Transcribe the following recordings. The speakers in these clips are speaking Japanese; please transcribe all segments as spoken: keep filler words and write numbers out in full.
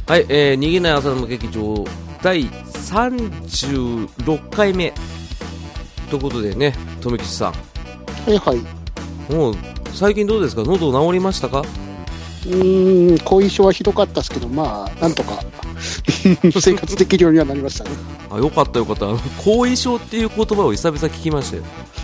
はい、えー、逃げない朝の劇場だいさんじゅうろっかいめということでね、とめきちさん。 はいはい。 もう最近どうですか、喉治りましたか？ うーん、後遺症はひどかったですけど、まあなんとか生活できるようにはなりましたね。 あ、よかったよかった。後遺症っていう言葉を久々聞きましたよ。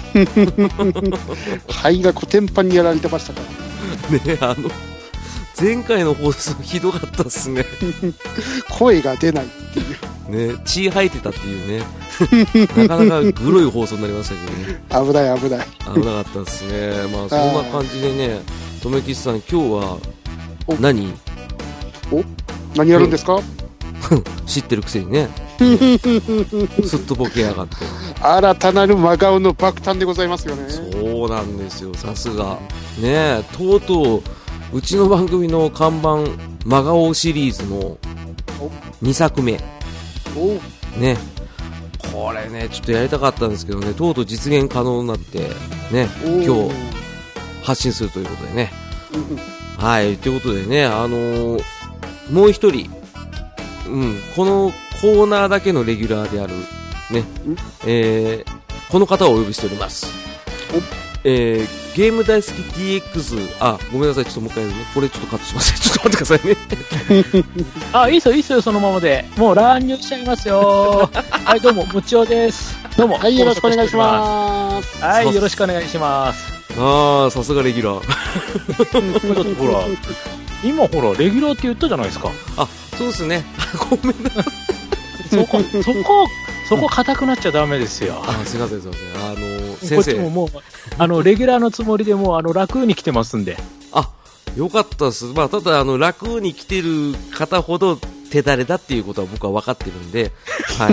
肺がコテンパンにやられてましたからね。あの前回の放送ひどかったっすね。 声が出ないっていうね、血吐いてたっていうね。なかなかグロい放送になりましたけどね。 危ない危ない。 危なかったですね。まあそんな感じでね、とめきちさん今日は何？ お、何やるんですか？ 知ってるくせにね。すっとぼけやがって。 新たなる真顔の爆誕でございますよね。 そうなんですよ、さすがね。とうとううちの番組の看板真顔シリーズのにさくめね。これねちょっとやりたかったんですけどね、とうとう実現可能になってね、今日発信するということでね。はい、ということでね、あのー、もう一人、うん、このコーナーだけのレギュラーであるね、えー、この方をお呼びしております。えー、ゲーム大好き ディーエックス、 あ、ごめんなさい、ちょっともう一回ね、これちょっとカットしますちょっと待ってくださいね。 あ、いいっすよいいっすよ、そのままでもう乱入しちゃいますよ。はい、どうももちおです。どうも、 はい、よろしくお願いします。 はい、よろしくお願いします。 あー、さすがレギュラー。 だってほら今ほらレギュラーって言ったじゃないですか。 あ、そうですね。ごめんなさい。 そこそこそこ硬くなっちゃダメですよ。 あ、すいませんすいません。あのー、先生、 こっちももうあのレギュラーのつもりでもうあの楽に来てますんで。 あ、よかったです。まあただあの楽に来てる方ほど手だれだっていうことは僕は分かってるんで、はい。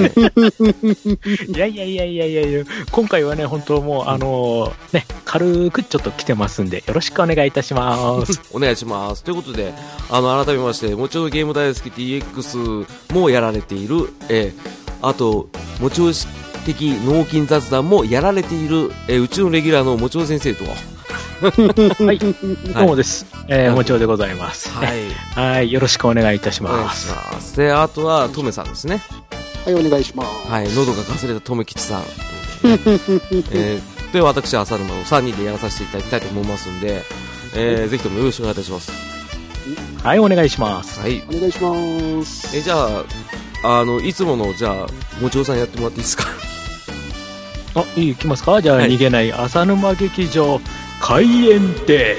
いやいやいやいやいやいや、今回はね本当もうあのー、ね軽くちょっと来てますんでよろしくお願いいたします。 お願いします。ということで、あの改めましてもちろんゲーム大好き ディーエックス もやられている、えー、あともちろん的脳筋雑談もやられている、えー、うちのレギュラーのもちろん先生と。 はい、どうもです。えー、もちろんでございます。 はい、 はい、よろしくお願いいたします。お願いします。で、あとはトメさんですね。 はい、お願いします。 はい、喉がかすれたとめきちさん。えー、で、私浅沼のさんにんでやらさせていただきたいと思いますんで、えー、ぜひともよろしくお願いいたします。 はい、お願いします。 はい、 お願いします。 えー、じゃあ、あのいつものじゃあもちおさんやってもらっていいですか？ あ、いい、いきますか。じゃあ、はい、逃げない浅沼劇場開演です。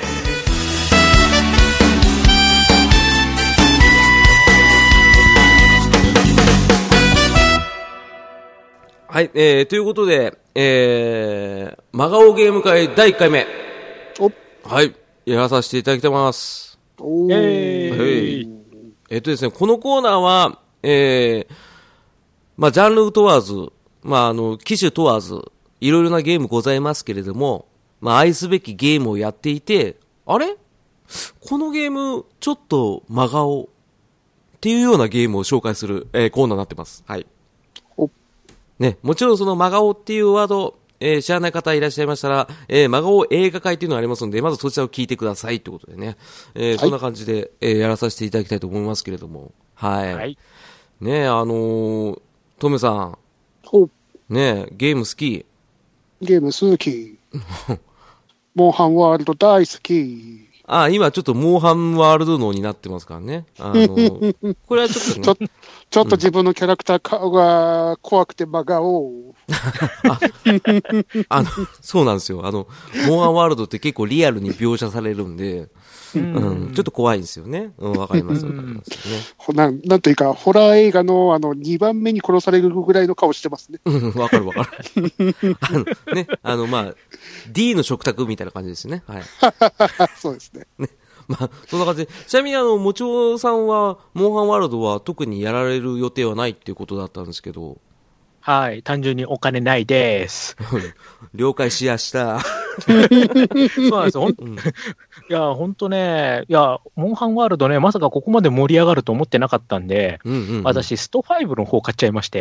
はい、えー、ということで、えー、真顔ゲーム会だいいっかいめ、 お、 はい、やらさせていただきたいと思います。 おー、 えー、えー、っとですね、このコーナーは、えー、まあ、ジャンル問わず、まあ、あの、機種問わず、いろいろなゲームございますけれども、まあ、愛すべきゲームをやっていて、あれ？このゲーム、ちょっと真顔っていうようなゲームを紹介する、えー、コーナーになってます。はい。ね、もちろんその真顔っていうワード、えー、知らない方いらっしゃいましたら、えー、真顔映画会っていうのがありますので、まずそちらを聞いてくださいってことでね、えーはい、そんな感じで、えー、やらさせていただきたいと思いますけれども、はい。はい、ね、あのー、トメさん、ね、ゲーム好き？ ゲーム好き。モンハンワールド大好き。 あ、今ちょっとモンハンワールド脳になってますからね。あのー、これはちょっとね。 ちょちょっと自分のキャラクター顔が怖くて真顔。 あ, あのそうなんですよ。あのモンハンワールドって結構リアルに描写されるんで、うん、うん、ちょっと怖いんですよね。うん、わかりますわかりますね。 な, なんというかホラー映画のあのにばんめに殺されるぐらいの顔してますね。 わかるわかる。あのね、あのまあ D の食卓みたいな感じですね。はい。 そうですね。 ね。まあ、そんな感じで。ちなみにあの、もちおさんは、モンハンワールドは特にやられる予定はないっていうことだったんですけど。 はい、単純にお金ないです。 了解しやした。 そうなんですよ。ほん、うん、いや、ほんとね、いや、モンハンワールドね、まさかここまで盛り上がると思ってなかったんで、うんうんうん、私、ストファイブの方買っちゃいまして。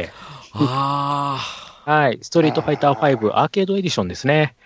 あはい、ストリートファイターファイブアーケードエディションですね。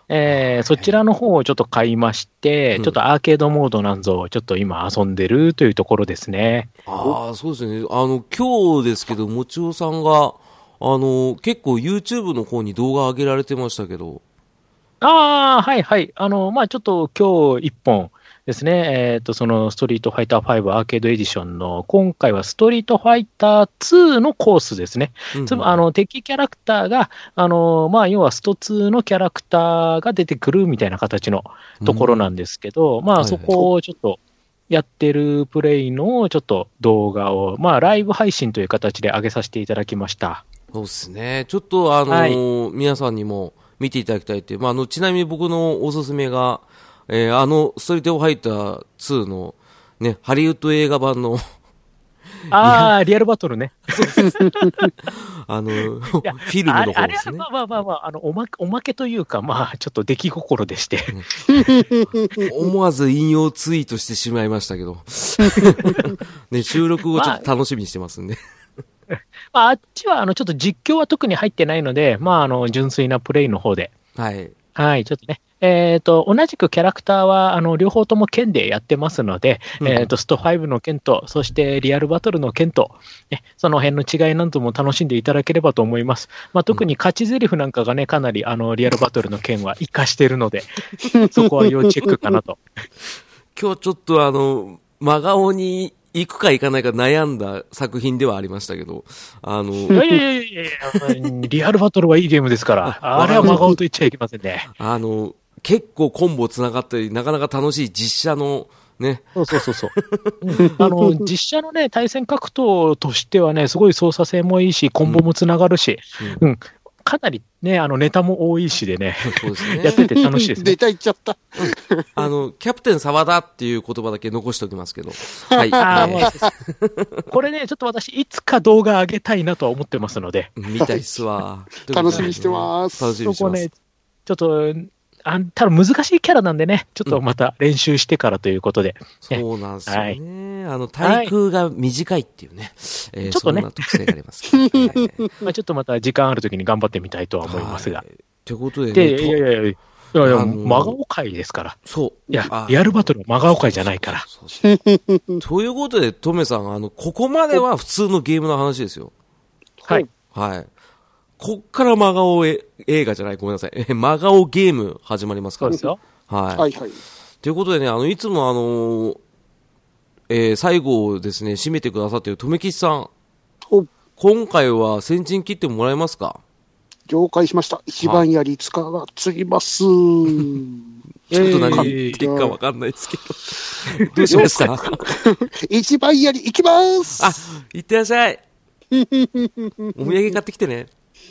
えー、そちらの方をちょっと買いまして、うん、ちょっとアーケードモードなんぞをちょっと今遊んでるというところですね。 ああ、そうですね。あの、今日ですけど、もちおさんが、あの、結構 YouTube の方に動画上げられてましたけど。 ああ、はいはい。あの、まあちょっと今日一本ですね、えっと、そのストリートファイターファイブアーケードエディションの、今回はストリートファイターツーのコースですね。うんうん、つまり、あの、敵キャラクターが、あの、まあ要はストツーのキャラクターが出てくるみたいな形のところなんですけど、うん、まあそこをちょっとやってるプレイのちょっと動画を、まあライブ配信という形で上げさせていただきました。 そうですね。ちょっとあのーはい、皆さんにも見ていただきたいっていう、まあ、あの、ちなみに僕のおすすめが、えー、あの、ストリートファイターツーの、ね、ハリウッド映画版のああ、リアルバトルね。 あの、フィルムの方ですね。あれはまあまあまあまあ、あの、おま、おまけというか、まあ、ちょっと出来心でして。 思わず引用ツイートしてしまいましたけど。ね、収録をちょっと楽しみにしてますんで。 まあ、あっちは、あの、ちょっと実況は特に入ってないので、まあ、あの、純粋なプレイの方で。 はい。 はい、ちょっとね。えっ、ー、と、同じくキャラクターは、あの、両方とも剣でやってますので、うん、えっ、ー、と、ストファイブの剣と、そしてリアルバトルの剣と、ね、その辺の違いなんとも楽しんでいただければと思います。まあ、特に勝ち台詞なんかがね、かなり、あの、リアルバトルの剣は活かしているので、そこは要チェックかなと。 今日ちょっとあの、真顔に、行くか行かないか悩んだ作品ではありましたけど、あの、いやいやいやいやいや、リアルバトルはいいゲームですから、あれは真顔と言っちゃいけませんね。 あの、結構コンボつながったり、なかなか楽しい実写の、ね。 そうそうそうそう。うん、あの、実写のね、対戦格闘としてはね、すごい操作性もいいし、コンボもつながるし、うん、うん、かなりね、あの、ネタも多いしでね、そうですねやってて楽しいですね。 ネタ言っちゃった。 あの、キャプテン沢田っていう言葉だけ残しておきますけど。はい。 あえー、これね、ちょっと私、いつか動画上げたいなとは思ってますので。 見たいっすわ。 楽しみにしてます。 楽しみにしてます。 そこね、ちょっと、あんただ難しいキャラなんでね、ちょっとまた練習してからということで。 うん、そうなんですよね。はい、あの、対空が短いっていうね。はい、えー、ちょっとね。そんな特性がありますけど、ね。 まあちょっとまた時間あるときに頑張ってみたいとは思いますが。 ということでね。 で、いやいやいや、いやいや、真顔会ですから。 そう。 いや、リアルバトルは真顔会じゃないから。そうそうそうということで、トメさん、あの、ここまでは普通のゲームの話ですよ。 はい。 はい。こっから真顔映画じゃない、ごめんなさい。え、真顔ゲーム始まりますから。 そうですよ。 はい。 はいはい。 ということでね、あの、いつもあのー、えー、最後をですね、締めてくださっているとめきちさん。今回は先陣切ってもらえますか？ 了解しました。一番槍使がつぎます。ちょっと何言ってるかわかんないですけど。どうしました？ 一番槍行きます。 あ、行ってらっしゃい。お土産買ってきてね。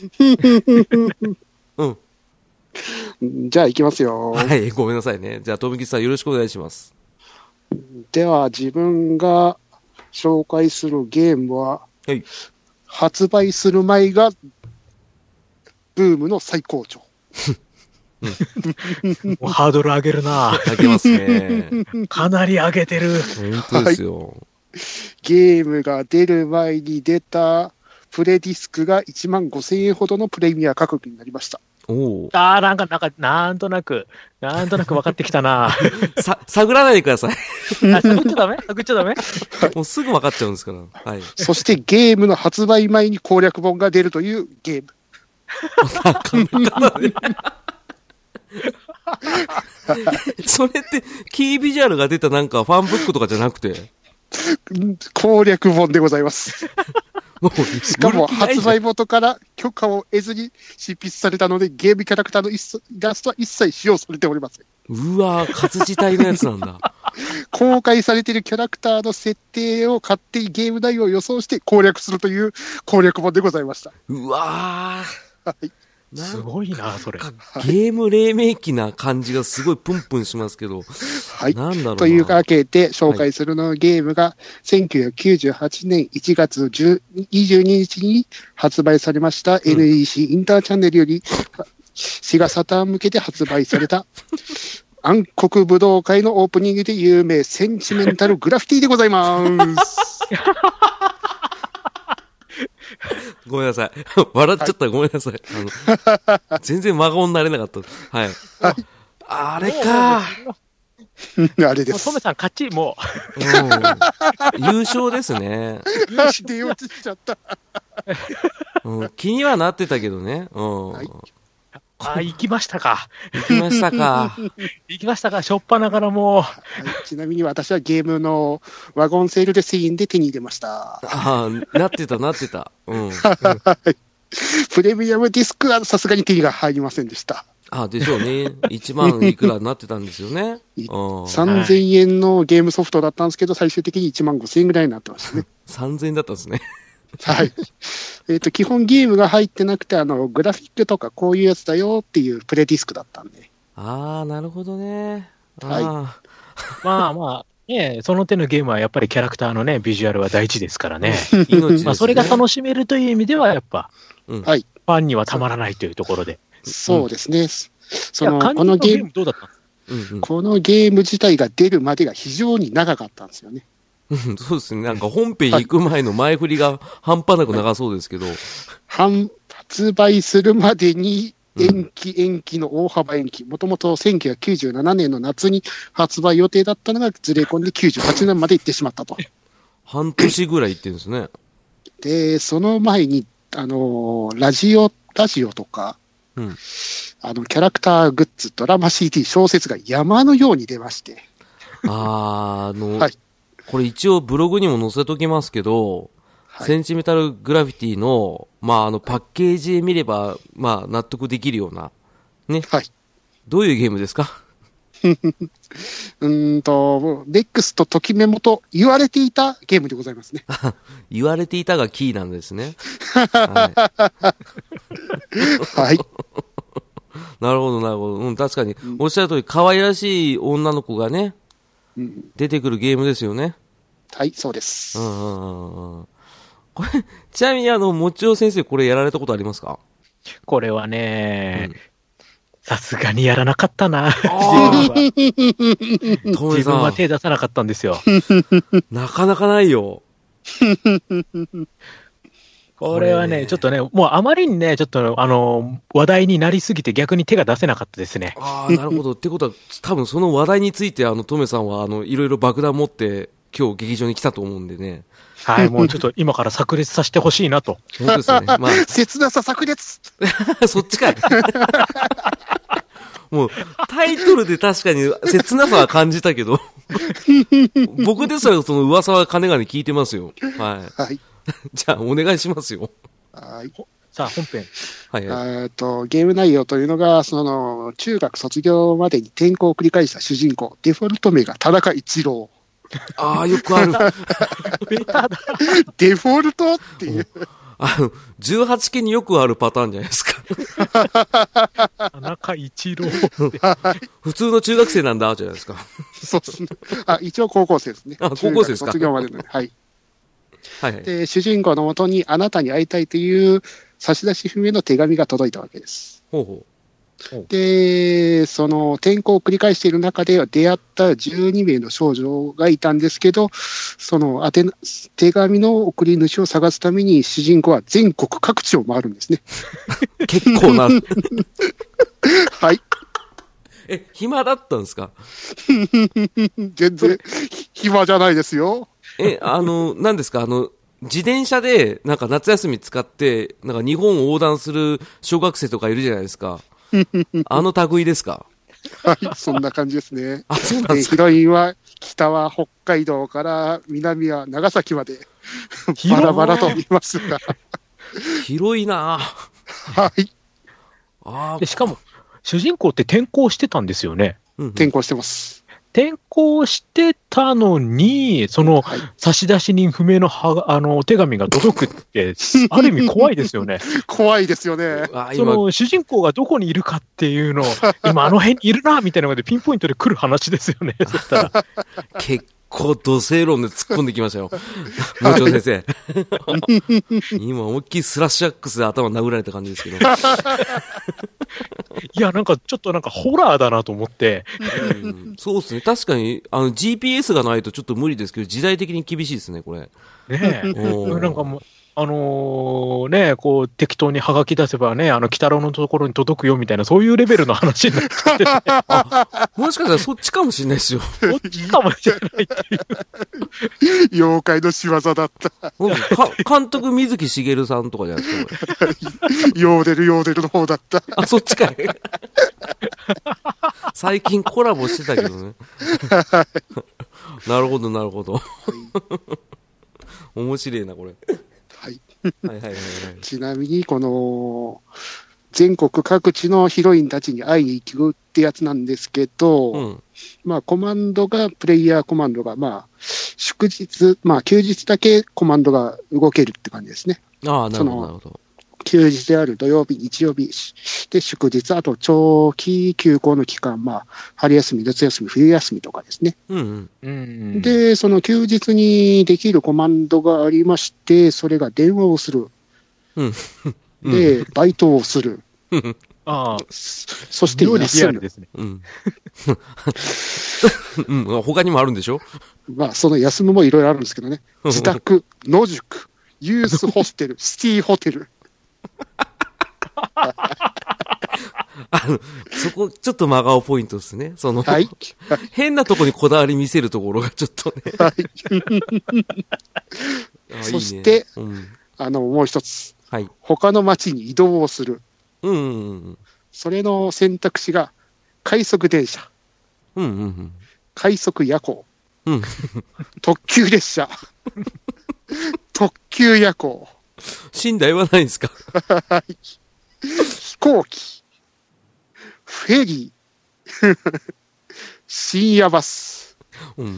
うん。 じゃあ行きますよ。 はい、ごめんなさいね。じゃあ、とめきちさんよろしくお願いします。 では、自分が紹介するゲームは、 はい、 発売する前がブームの最高潮。 うん、もうハードル上げるな。 上げますね。 かなり上げてる。 本当ですよ。はい、 ゲームが出る前に出たプレディスクがいちまんごせんえんほどのプレミア価格になりました。 おああ、なんか、なんか、なんとなく、なんとなく分かってきたな。 さ、探らないでください。 あ、探っちゃダメ探っちゃダメもうすぐ分かっちゃうんですから。はい。 そしてゲームの発売前に攻略本が出るというゲーム。 なかなかだね。それって、キービジュアルが出たなんかファンブックとかじゃなくて攻略本でございます。もうしかも発売元から許可を得ずに執筆されたので、ゲームキャラクターのイラストは一切使用されておりません。 うわぁ、活字体のやつなんだ。 公開されているキャラクターの設定を勝手にゲーム内容を予想して攻略するという攻略本でございました。 うわぁ。はい。 すごいな、それ。 ゲーム黎明期な感じがすごいプンプンしますけど。 はい。 なんだろうな。 というわけで紹介するのゲームが、せんきゅうひゃくきゅうじゅうはちねんいちがつにじゅうににちに発売されました エヌイーシー インターチャンネルより、シガサターン向けて発売された暗黒武道会のオープニングで有名センチメンタルグラフィティでございます。 ごめんなさい。笑っちゃった、はい、ごめんなさい。あの全然真顔になれなかった。はい。はい、あれか。 あれです。 トメさん勝ち、もう。 うん、優勝ですね。 よし、出落ちしちゃった、 うん。気にはなってたけどね。うん、はい、 あ、行きましたか。 行きましたか。 行きましたか、しょっぱなからもう、はい。ちなみに私はゲームのワゴンセールでせんえんで手に入れました。 ああ、なってた、なってた。うん。 プレミアムディスクはさすがに手が入りませんでした。 あ、でしょうね。いちまんいくらになってたんですよね。 さんぜんえんのゲームソフトだったんですけど、最終的にいちまんごせんえんぐらいになってましたね。 さんぜんえんだったんですね。 はい。えっと、基本ゲームが入ってなくて、あの、グラフィックとかこういうやつだよっていうプレディスクだったんで。 ああ、なるほどね。 はい。 まあまあ、ね、その手のゲームはやっぱりキャラクターのね、ビジュアルは大事ですからね。 命ですね。 まあ、それが楽しめるという意味では、やっぱ、 うん、はい。 ファンにはたまらないというところで。 そうですね。うん、その、 このゲームどうだったんですか？ このゲーム自体が出るまでが非常に長かったんですよね。 そうですね。なんか本編行く前の前振りが半端なく長そうですけど。 発売するまでに延期延期の大幅延期。もともとせんきゅうひゃくきゅうじゅうななねんの夏に発売予定だったのがずれ込んできゅうじゅうはちねんまで行ってしまったと。 半年ぐらい行ってるんですね。 で、その前に、あの、ラジオ、ラジオとか、うん、あの、キャラクターグッズ、ドラマ シーディー、小説が山のように出まして。 あー、あの、 はい、 これ一応ブログにも載せときますけど、はい、センチメタルグラフィティの、まあ、あの、パッケージで見れば、まあ、納得できるような、ね。 はい。 どういうゲームですか？ うんと、レックスとときメモと言われていたゲームでございますね。 言われていたがキーなんですね。はい。 はい、 なるほど、なるほど。うん、確かに、うん、おっしゃる通り、可愛らしい女の子がね、うん、出てくるゲームですよね。 はい、そうです。 うんうんうん。これ、ちなみに、あの、もちお先生、これやられたことありますか？ これはね、さすがにやらなかったな。自分は手出さなかったんですよ。 なかなかないよ。 これはね、ちょっとね、もうあまりにね、ちょっと、あの、話題になりすぎて逆に手が出せなかったですね。 ああ、なるほど。ってことは、多分その話題について、あの、トメさんは、あの、いろいろ爆弾持って、今日劇場に来たと思うんでね。 はい、もうちょっと今から炸裂させてほしいなと。 本当ですね。まあ。 切なさ炸裂そっちかい。もう、タイトルで確かに切なさは感じたけど、僕ですらその噂は金がね聞いてますよ。はい。はい。じゃあ、お願いしますよ。 はい。さあ、本編。 はい、はい。えっと、ゲーム内容というのが、その、中学卒業までに転校を繰り返した主人公、デフォルト名が田中一郎。 ああ、よくある。 デフォルトっていう。 あの、じゅうはちけんによくあるパターンじゃないですか。 田中一郎。 普通の中学生なんだ、じゃないですか。 そうですね。あ、一応高校生ですね。 あ、高校生ですか。 卒業までの、はい。 はいはい。 で、主人公のもとにあなたに会いたいという差出不明の手紙が届いたわけです。 ほうほう。 で、その転校を繰り返している中では出会ったじゅうにめいの少女がいたんですけど、その宛て手紙の送り主を探すために主人公は全国各地を回るんですね。 結構な。 はい。 え、暇だったんですか？ 全然暇じゃないですよ。 え、あの、何ですか、あの、自転車でなんか夏休み使ってなんか日本を横断する小学生とかいるじゃないですか。あの類ですか？ はい、そんな感じですね。 あ、そうなんですか。 ヒロインは北は北海道から南は長崎までバラバラと見ますが。 広いな。 はい。 あでしかも主人公って転校してたんですよね。 うんうん、転校してます。 転校してたのに、その差出人不明のはあのお手紙が届くって、ある意味怖いですよね。 怖いですよね。 その主人公がどこにいるかっていうのを、今あの辺にいるなみたいなのでピンポイントで来る話ですよね。そしたら結構土星論で突っ込んできましたよ。もちろん先生。今思いっきりスラッシュアックスで頭殴られた感じですけど。 いや、なんかちょっとなんかホラーだなと思って。 うん、そうですね。確かに、あの ジーピーエス がないとちょっと無理ですけど、時代的に厳しいですね、これ。 ねえ。なんかもう、 あのー、ね、こう、適当にハガキ出せばね、あの、鬼太郎のところに届くよみたいな、そういうレベルの話になってて、ね、 あ、もしかしたらそっちかもしれないですよ。 そっちかもしれないっていう。 妖怪の仕業だった。 うん、か監督、水木しげるさんとかじゃないですか、これ。ヨーデル、ヨーデルの方だった。 あ、そっちかい。最近コラボしてたけどね。なるほど、なるほど。面白いな、これ。 はい。 はいはいはいはい。 ちなみに、この、全国各地のヒロインたちに会いに行くってやつなんですけど、うん、まあ、コマンドが、プレイヤーコマンドが、まあ、祝日、まあ、休日だけコマンドが動けるって感じですね。 ああ、なるほど、なるほど。 休日である土曜日、日曜日、で、祝日、あと長期休校の期間、まあ、春休み、夏休み、冬休みとかですね。 うんうん、 で、その休日にできるコマンドがありまして、それが電話をする。 うん、 で、バイトをする。 ああ、 そして休む。 ですね。 うん。うん、他にもあるんでしょ？ まあ、その休むもいろいろあるんですけどね。自宅、野宿、ユースホステル、シティホテル。 あの、そこ、ちょっと真顔ポイントですね。その、 はい、 変なとこにこだわり見せるところがちょっとね。 はい、そして、いいね、うん、あの、もう一つ。 はい。 他の町に移動をする。 うんうんうん。 それの選択肢が、快速電車。 うんうんうん。 快速夜行。 うん。 特急列車。特急夜行。 寝台はないんですか？ はい。飛行機。フェリー。深夜バス。 うんうん、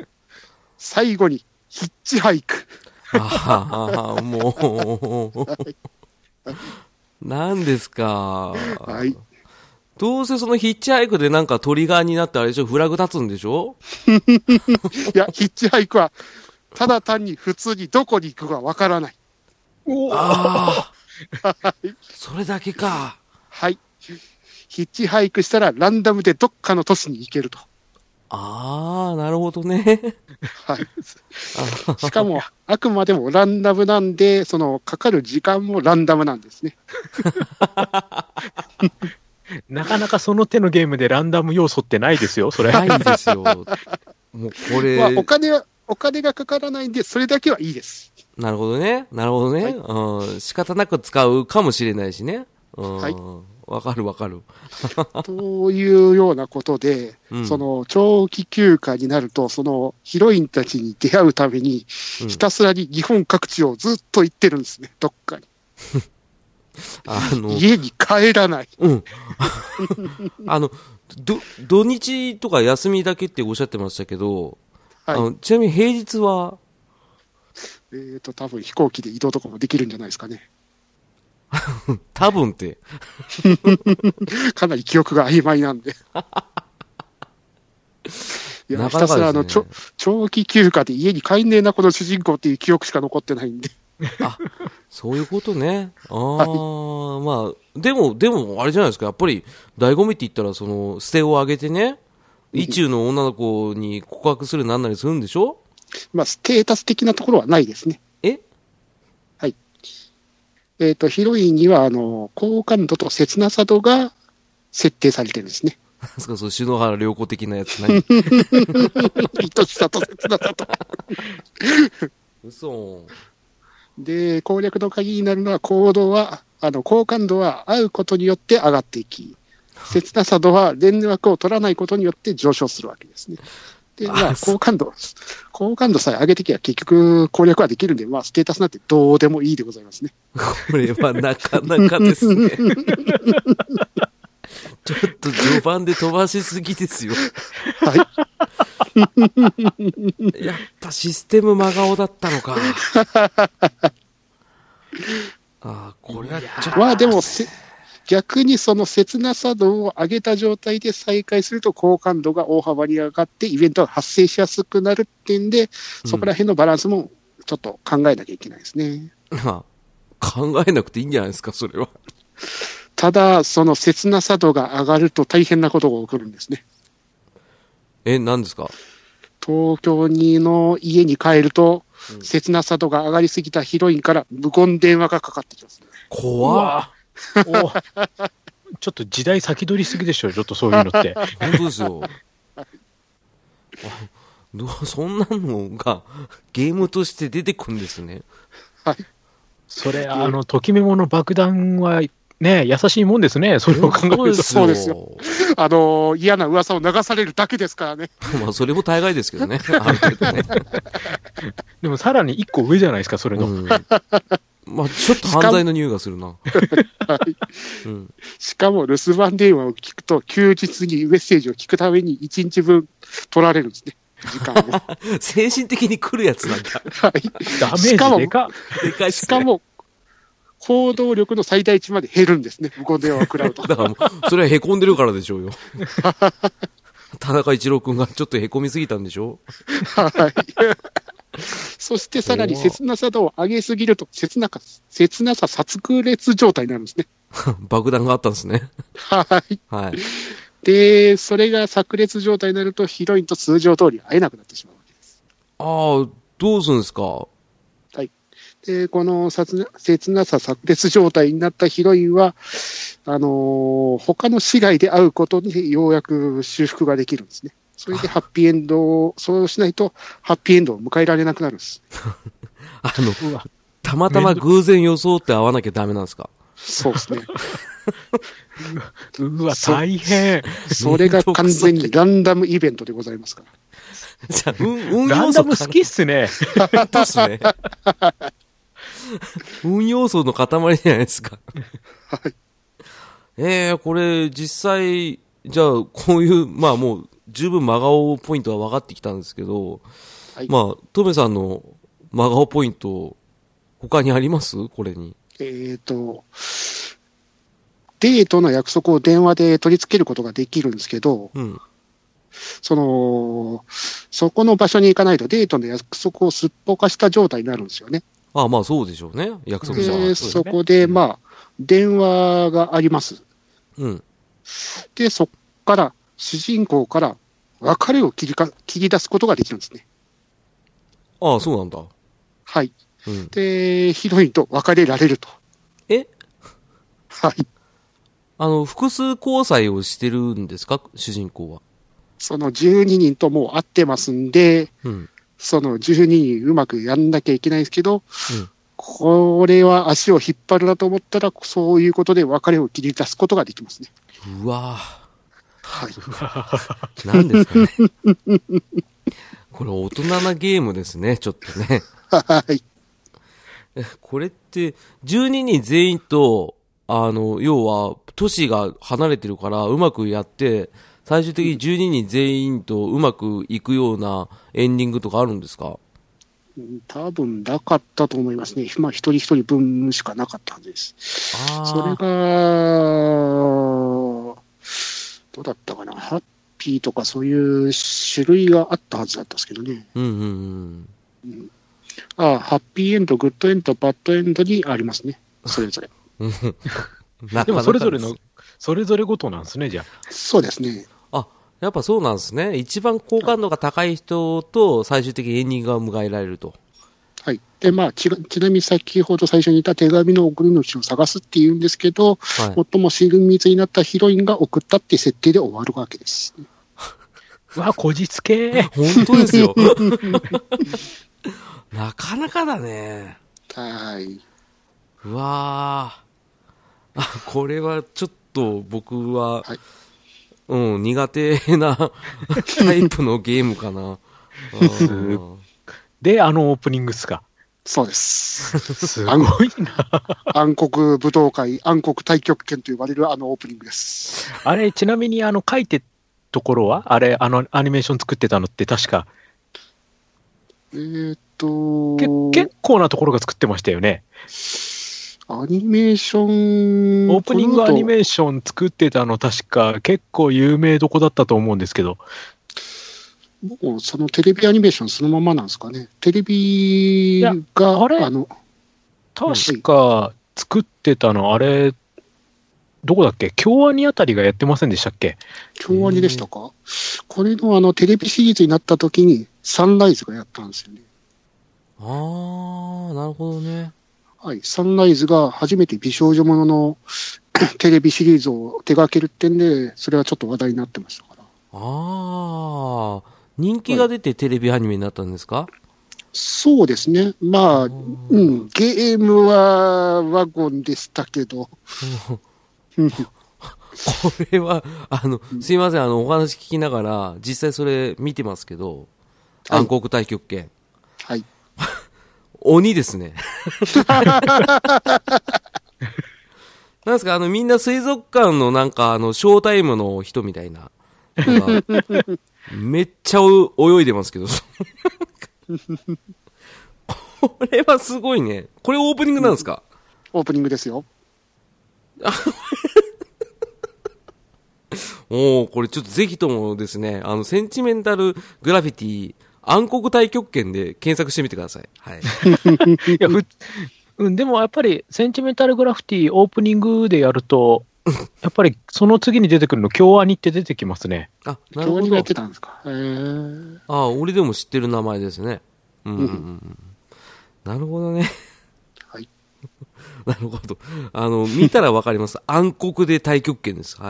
最後に、ヒッチハイク。 ああ、もう。はい、何ですか。 はい。 どうせそのヒッチハイクでなんかトリガーになってあれでしょ、フラグ立つんでしょ？ いや、ヒッチハイクは、ただ単に普通にどこに行くかわからない。 ああ。それだけか。 はい。ヒッチハイクしたらランダムでどっかの都市に行けると。 ああ、なるほどね。 はい。しかも、あくまでもランダムなんで、その、かかる時間もランダムなんですね。 なかなかその手のゲームでランダム要素ってないですよ、それ。 ないんですよ。もうこれ、 まあ、お金は、お金がかからないんで、それだけはいいです。 なるほどね。なるほどね。はい、うん。仕方なく使うかもしれないしね。うん。はい。わかるわかる。 というようなことで、うん、その長期休暇になると、そのヒロインたちに出会うために、ひたすらに日本各地をずっと行ってるんですね、どっかに。あの家に帰らない。 うん。あの、ど、土日とか休みだけっておっしゃってましたけど、はい、あのちなみに平日はえっ、ー、と、多分飛行機で移動とかもできるんじゃないですかね。 多分ってかなり記憶が曖昧なんでいや、なかなかですね、ひたすらあのちょ長期休暇で家に帰んねえなこの主人公っていう記憶しか残ってないんであ、そういうことね。ああ、はい、まあでもでもあれじゃないですか、やっぱり醍醐味って言ったらその捨てを上げてね、意中の女の子に告白するなんなりするんでしょ？ まあステータス的なところはないですね。 え？ はい。えっ、ー、と、ヒロインには、あの、好感度と切なさ度が設定されてるんですね。 なんですか、そう、篠原涼子的なやつ何？ 愛しさと切なさと。 嘘。 で、攻略の鍵になるのは、行動は、あの、好感度は会うことによって上がっていき、切なさ度は連絡を取らないことによって上昇するわけですね。で、まあ、好感度、好感度さえ上げてきゃ結局攻略はできるんで、まあ、ステータスなんてどうでもいいでございますね。 これはなかなかですね。ちょっと序盤で飛ばしすぎですよ。はい。やっぱシステム真顔だったのか。ああ、これはちょっと。 まあでもせ、逆にその切なさ度を上げた状態で再開すると好感度が大幅に上がってイベントが発生しやすくなるっていうんで、そこら辺のバランスもちょっと考えなきゃいけないですね。 まあ、考えなくていいんじゃないですか、それは。 ただ、その切なさ度が上がると大変なことが起こるんですね。 え、何ですか？ 東京にの家に帰ると、 うん、切なさ度が上がりすぎたヒロインから無言電話がかかってきます。 怖っ。 おちょっと時代先取りすぎでしょ、ちょっとそういうのって。 本当ですよ。どうそんなのがゲームとして出てくるんですね。 はい。 それ、あの、ときメモの爆弾は、ね、優しいもんですね、それを考えると。 そうですよ。あのー、嫌な噂を流されるだけですからね。 まあ、それも大概ですけどね。ある程度ね。 でも、さらに一個上じゃないですか、それの。うん、まあ、 ちょっと犯罪の匂いがするな。 はいうん、しかも、留守番電話を聞くと、休日にメッセージを聞くためにいちにちぶん取られるんですね。時間を。 精神的に来るやつなんだ。 はい。ダメージでかでかいっすね。 しかも、行動力の最大値まで減るんですね、無言電話を食らうと。 だからもう、それは凹んでるからでしょうよ。田中一郎君がちょっと凹みすぎたんでしょはい。そしてさらに切なさ度を上げすぎると、切なか、切なさ殺裂状態になるんですね。 爆弾があったんですね。 はい。 はい。 で、それが炸裂状態になると、ヒロインと通常通り会えなくなってしまうわけです。 ああ、どうするんですか。はい。 で、この切なさ炸裂状態になったヒロインは、あのー、他の市街で会うことにようやく修復ができるんですね。それでハッピーエンドを、そうしないと、ハッピーエンドを迎えられなくなるんです。 あの、たまたま偶然装って会わなきゃダメなんですか。 そうですね。 うわ、大変。 それが完全にランダムイベントでございますから。 じゃあ、運、運ランダム好きっすね。 本当っすね。運要素の塊じゃないですか。 はい。 えー、これ、実際、じゃあ、こういう、まあもう、十分真顔ポイントは分かってきたんですけど、はい、まあ、トメさんの真顔ポイント、他にありますこれに。 えっと、デートの約束を電話で取り付けることができるんですけど、うん、その、そこの場所に行かないとデートの約束をすっぽかした状態になるんですよね。 ああ、まあそうでしょうね。約束者は。 で、そこで、まあ、電話があります。 うん。 で、そこから主人公から別れを切りか切り出すことができるんですね。 ああ、そうなんだ。 はい。うん、で、ヒロインと別れられると。 えはい。 あの、複数交際をしてるんですか主人公は。 そのじゅうににんともう会ってますんで、うん、そのじゅうににんうまくやんなきゃいけないんですけど、うん、これは足を引っ張るなと思ったら、そういうことで別れを切り出すことができますね。 うわぁ。はい。 何ですかね。これ大人なゲームですね、ちょっとね。 はい。 これって、じゅうににん全員と、あの、要は、都市が離れてるから、うまくやって、最終的にじゅうににん全員とうまくいくようなエンディングとかあるんですか？ 多分なかったと思いますね。まあ、一人一人分しかなかったはずです。あそれが、どうだったかな。ハッピーとかそういう種類があったはずだったんですけどね。 うんうんうん。うんああ、ハッピーエンド、グッドエンド、バッドエンドにありますね。それぞれ。 でもそれぞれの、それぞれごとなんですね、じゃあ。 そうですね。 あ、やっぱそうなんですね。一番好感度が高い人と最終的にエンディングが迎えられると。 はい。で、まあ、ち, ちなみに先ほど最初に言った手紙の送り主を探すっていうんですけど、はい、最も親密になったヒロインが送ったって設定で終わるわけです。 うわ、こじつけ。 本当ですよ。なかなかだね。 はい。 うわー。あ、これはちょっと僕は、はい、うん、苦手なタイプのゲームかな。 で、あのオープニングっすか。 そうです。 すごいな。 暗黒武道会、暗黒太極拳と呼ばれるあのオープニングです。 あれ、ちなみにあの書いてところはあれ、あのアニメーション作ってたのって確か、 えーっとけ結構なところが作ってましたよね。 アニメーションオープニングアニメーション作ってたの確か結構有名どこだったと思うんですけど、 もうそのテレビアニメーションそのままなんですかね。テレビがあれあの確か作ってたのあれどこだっけ、京アニあたりがやってませんでしたっけ。 京アニでしたか。これのあのテレビシリーズになった時にサンライズがやったんですよね。 あー、なるほどね。 はい。サンライズが初めて美少女もののテレビシリーズを手掛けるってんで、それはちょっと話題になってましたから。 あー、人気が出てテレビアニメになったんですか？はい、 そうですね。まあ、うん、ゲームはワゴンでしたけど。 これは、あの、すいません、あの、お話聞きながら、実際それ見てますけど、はい、暗黒太極拳。 はい。 鬼ですね。なんですか、あの、みんな水族館のなんか、あの、ショータイムの人みたいな。めっちゃ泳いでますけど。これはすごいね。これオープニングなんですか？ オープニングですよ。 おー、これちょっとぜひともですね、あの、センチメンタルグラフィティ、暗黒太極拳で検索してみてください。はい。 いや、ふ、うん、でもやっぱり、センチメンタルグラフィティオープニングでやると、やっぱりその次に出てくるの、京アニって出てきますね。 あ、なるほど。 京アニがやってたんですか。へー。 あ、俺でも知ってる名前ですね。うんうんうん。なるほどね。 はい。 なるほど。あの、見たらわかります。暗黒で太極拳です。はい。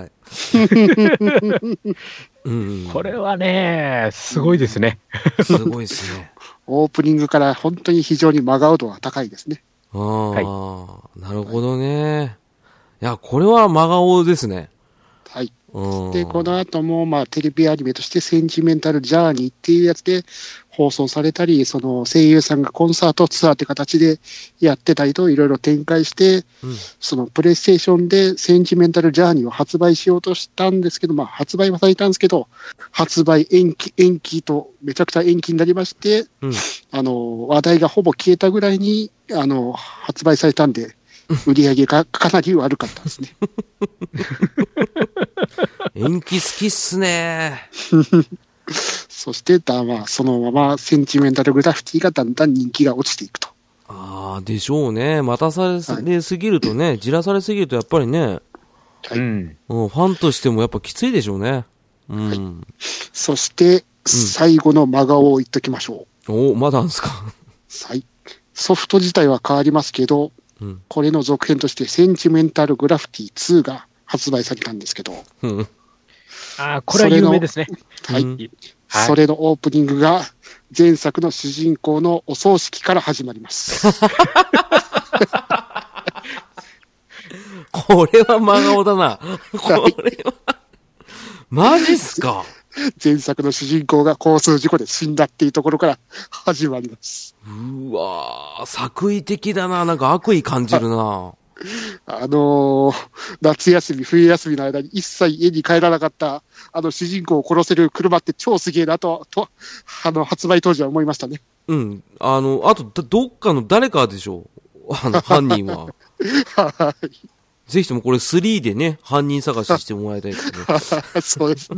うん、これはね、すごいですね。 すごいですね。 オープニングから本当に非常に真顔度が高いですね。 ああ、はい、なるほどね。いや、これは真顔ですね。 はい。で、この後も、まあ、テレビアニメとしてセンチメンタルジャーニーっていうやつで放送されたり、その声優さんがコンサートツアーって形でやってたりといろいろ展開して、うん、そのプレイステーションでセンチメンタルジャーニーを発売しようとしたんですけど、まあ、発売はされたんですけど、発売延期、延期とめちゃくちゃ延期になりまして、うん、あの、話題がほぼ消えたぐらいに、あの、発売されたんで、売り上げがかなり悪かったですね。 延期好きっすね。 そしてだ、まあ、そのままセンチメンタルグラフィティがだんだん人気が落ちていくと。 ああ、でしょうね。待たされすぎるとね、はい、じらされすぎるとやっぱりね、はい、うん、ファンとしてもやっぱきついでしょうね。うん。はい、 そして、最後の真顔を言っときましょう。うん、お、まだあるんですか。 はい。ソフト自体は変わりますけど、うん、これの続編としてセンチメンタルグラフィティツーが発売されたんですけど、うん、 ああ、これは有名ですね。 はい、うん、はい。それのオープニングが前作の主人公のお葬式から始まります。 これは真顔だな。これは。マジっすか。 前作の主人公が交通事故で死んだっていうところから始まります。 うわー、作為的だな。なんか悪意感じるな。 あのー、夏休み、冬休みの間に一切家に帰らなかった、あの主人公を殺せる車って超すげえなと、と、あの、発売当時は思いましたね。 うん。あの、あと、どっかの誰かでしょう。あの、犯人は。はい。ぜひともこれスリーでね、犯人探ししてもらいたいですね。 そうですね。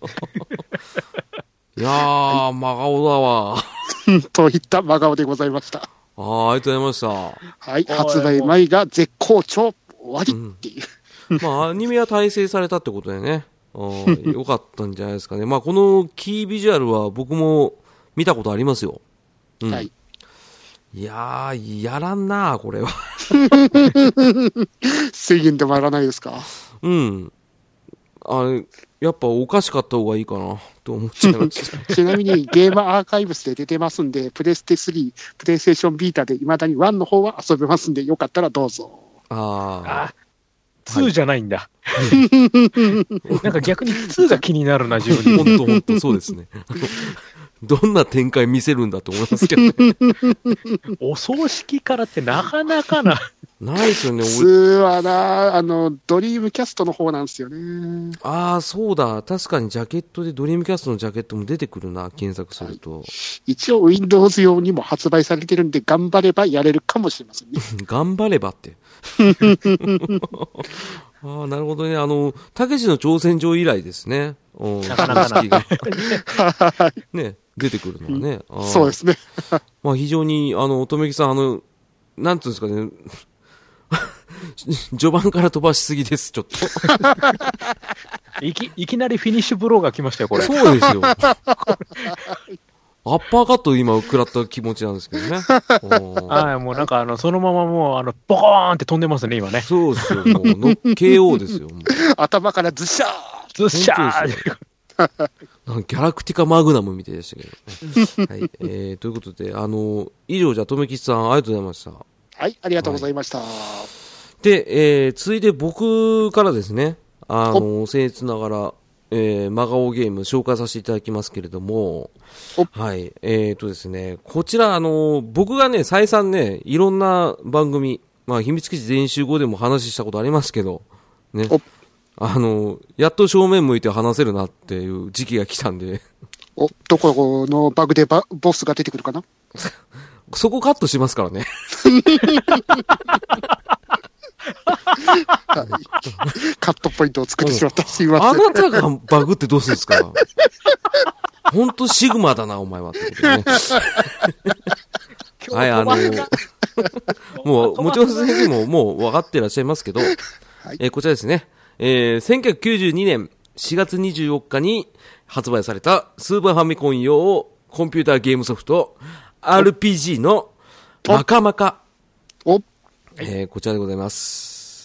いやー、真顔だわ。 といった真顔でございました。 あー、ありがとうございました。はい、発売前が絶好調、終わりっていう。 うん、まあ、アニメは大成されたってことでね。よかったんじゃないですかね。まあ、このキービジュアルは僕も見たことありますよ。うん、はい。いやー、やらんなー、これは。 せんえんでもやらないですか？ うん。あれ、やっぱおかしかった方がいいかな、と思っちゃいました。 ちなみにゲームアーカイブスで出てますんで、プレステスリー、プレイステーションビータで未だにワンの方は遊べますんで、よかったらどうぞ。 ああ。 ツーじゃないんだ。はい、なんか逆にツーが気になるな、自分に。 本当本当そうですね。どんな展開見せるんだと思いますけどね。 お葬式からってなかなかな。 ないですよね。 普通はな、あの、ドリームキャストの方なんですよね。 ああ、そうだ。確かにジャケットでドリームキャストのジャケットも出てくるな、検索すると。はい、 一応 Windows 用にも発売されてるんで、頑張ればやれるかもしれませんね。 頑張ればって。ああ、なるほどね。あの、たけしの挑戦状以来ですね。 なかなかな。 ね、出てくるのはね。 うん、そうですね。 まあ非常に、あの、乙女木さん、あの、なんていうんですかね。序盤から飛ばしすぎです、ちょっと。 いき、いきなりフィニッシュブローが来ましたよ、これ。 そうですよ。あアッパーカット今食らった気持ちなんですけどね。 はい、もうなんかあの、そのままもう、あの、ボコーンって飛んでますね、今ね。 そうですよ、もう、の ケーオー ですよ。もう頭からズシャーズシャーなんかギャラクティカマグナムみたいでしたけど、ね。はい。えー、ということで、あの、以上、じゃあ、とめきちさん、ありがとうございました。 はい、ありがとうございました。はい、 で、えー、続いて僕からですね、あの、僭越ながら、えー、真顔ゲーム紹介させていただきますけれども、はい、えーとですね、こちら、あの、僕がね、再三ね、いろんな番組、まあ、秘密基地全員集合でも話したことありますけど、ね、あの、やっと正面向いて話せるなっていう時期が来たんで。 お、どこのバグでバボスが出てくるかなそこカットしますからね。 はい、カットポイントを作ってしまった。すいません。 あなたがバグってどうするんですか。本当シグマだな、お前はってことね。はい、あの、もう、もちろん先生ももう分かっていらっしゃいますけど、はい、えー、こちらですね、えー、せんきゅうひゃくきゅうじゅうにねんしがつにじゅうよっかに発売されたスーパーファミコン用コンピューターゲームソフト アールピージー のマカマカ。 お、 えー、こちらでございます。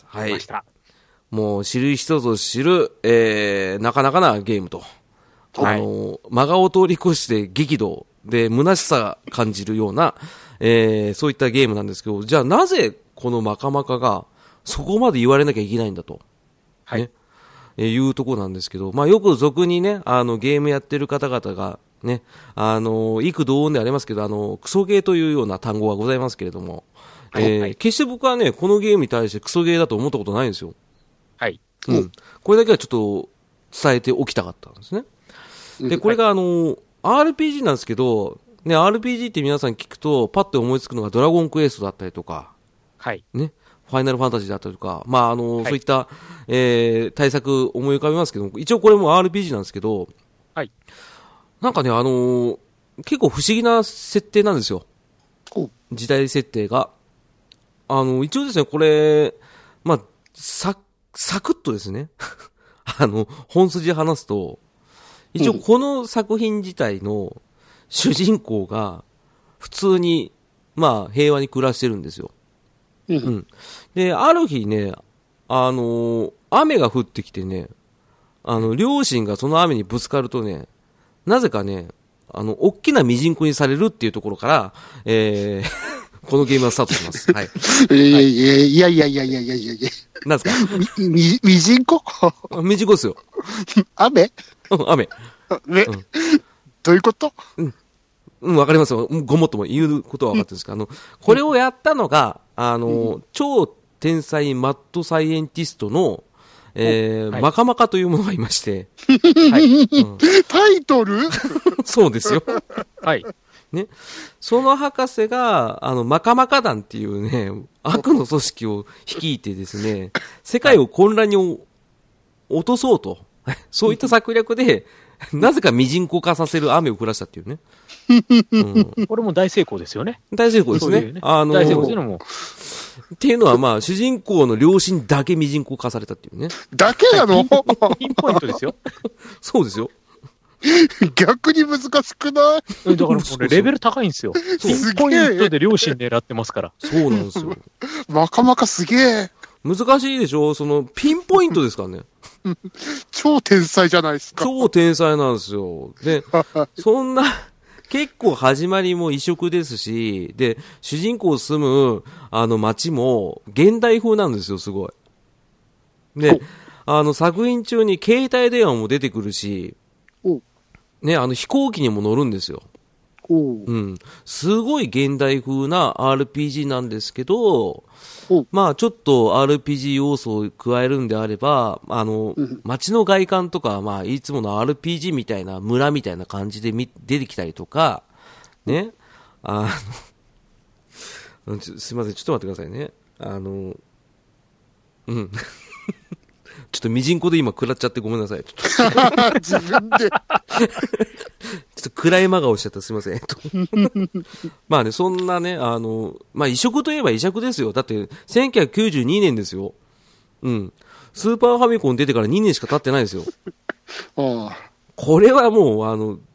はい。もう知る人ぞ知る、えー、なかなかなゲームと。あの、真顔を通り越して激怒で虚しさ感じるような、えー、そういったゲームなんですけど、じゃあなぜこのマカマカがそこまで言われなきゃいけないんだと。はい。ね、えー、いうところなんですけど、まあよく俗にね、あのゲームやってる方々がね、あの、幾同音でありますけど、あの、クソゲーというような単語がございますけれども、はいえーはい、決して僕はね、このゲームに対してクソゲーだと思ったことないんですよ。はい。うん。これだけはちょっと伝えておきたかったんですね。で、これがあの、アールピージー なんですけど、ね、アールピージー って皆さん聞くと、パッと思いつくのがドラゴンクエストだったりとか、はい。ね、ファイナルファンタジーだったりとか、まああの、はい、そういった、えー、対策思い浮かべますけど、一応これも アールピージー なんですけど、はい。なんかね、あのー、結構不思議な設定なんですよ。時代設定が。あの、一応ですね、これ、まあ、さ、サクッとですね、あの、本筋話すと、一応この作品自体の主人公が普通に、まあ、平和に暮らしてるんですよ。うん。うん、で、ある日ね、あのー、雨が降ってきてね、あの、両親がその雨にぶつかるとね、なぜかね、あの、大きなミジンコにされるっていうところから、えー、このゲームはスタートします。はい。 いやいやいやいやいやいやいやいやいや。 なんですかみ、み、みじんこみじんこですよ。 雨雨。 ね、うん。どういうことうん。うん、わかりますよ。ごもっとも言うことは分かってるんですけど、あの、これをやったのが、あの、うん、超天才マッドサイエンティストの、えーはい、マカマカというものがいまして。 はいうん、タイトルそうですよ。はい。ね。その博士が、あの、マカマカ団っていうね、悪の組織を率いてですね、世界を混乱に落とそうと。そういった策略で、なぜかミジンコ化させる雨を降らしたっていうね。 うん、これも大成功ですよね。 大成功ですね。ねあのー、 大成功っていうのも。 っていうのは、まあ、主人公の両親だけミジンコ化されたっていうね。 だけなのピンポイントですよ。 そうですよ。 逆に難しくないだからこれレベル高いんですよ。ピンポイントで両親狙ってますから。 そうなんですよ。 まかまかすげえ。 難しいでしょその、ピンポイントですからね。 超天才じゃないですか。 超天才なんですよ。で、そんな、結構始まりも異色ですし、で、主人公住む、あの街も現代風なんですよ、すごい。で、あの作品中に携帯電話も出てくるし、ね、あの飛行機にも乗るんですよ。うん。すごい現代風な アールピージー なんですけど、まあちょっと アールピージー 要素を加えるんであれば、あの、うん、街の外観とか、まあいつもの アールピージー みたいな村みたいな感じでみ出てきたりとか、ね、あの、すいません、ちょっと待ってくださいね。あの、うん。ちょっとミジンコで今食らっちゃってごめんなさい。 自分で。ちょっと暗い真顔しちゃったすいません。まあね、そんなね、あの、まあ異色といえば異色ですよ。だってせんきゅうひゃくきゅうじゅうにねんですよ。うん。スーパーファミコン出てからにねんしか経ってないですよ。ああ。これはもう、あの、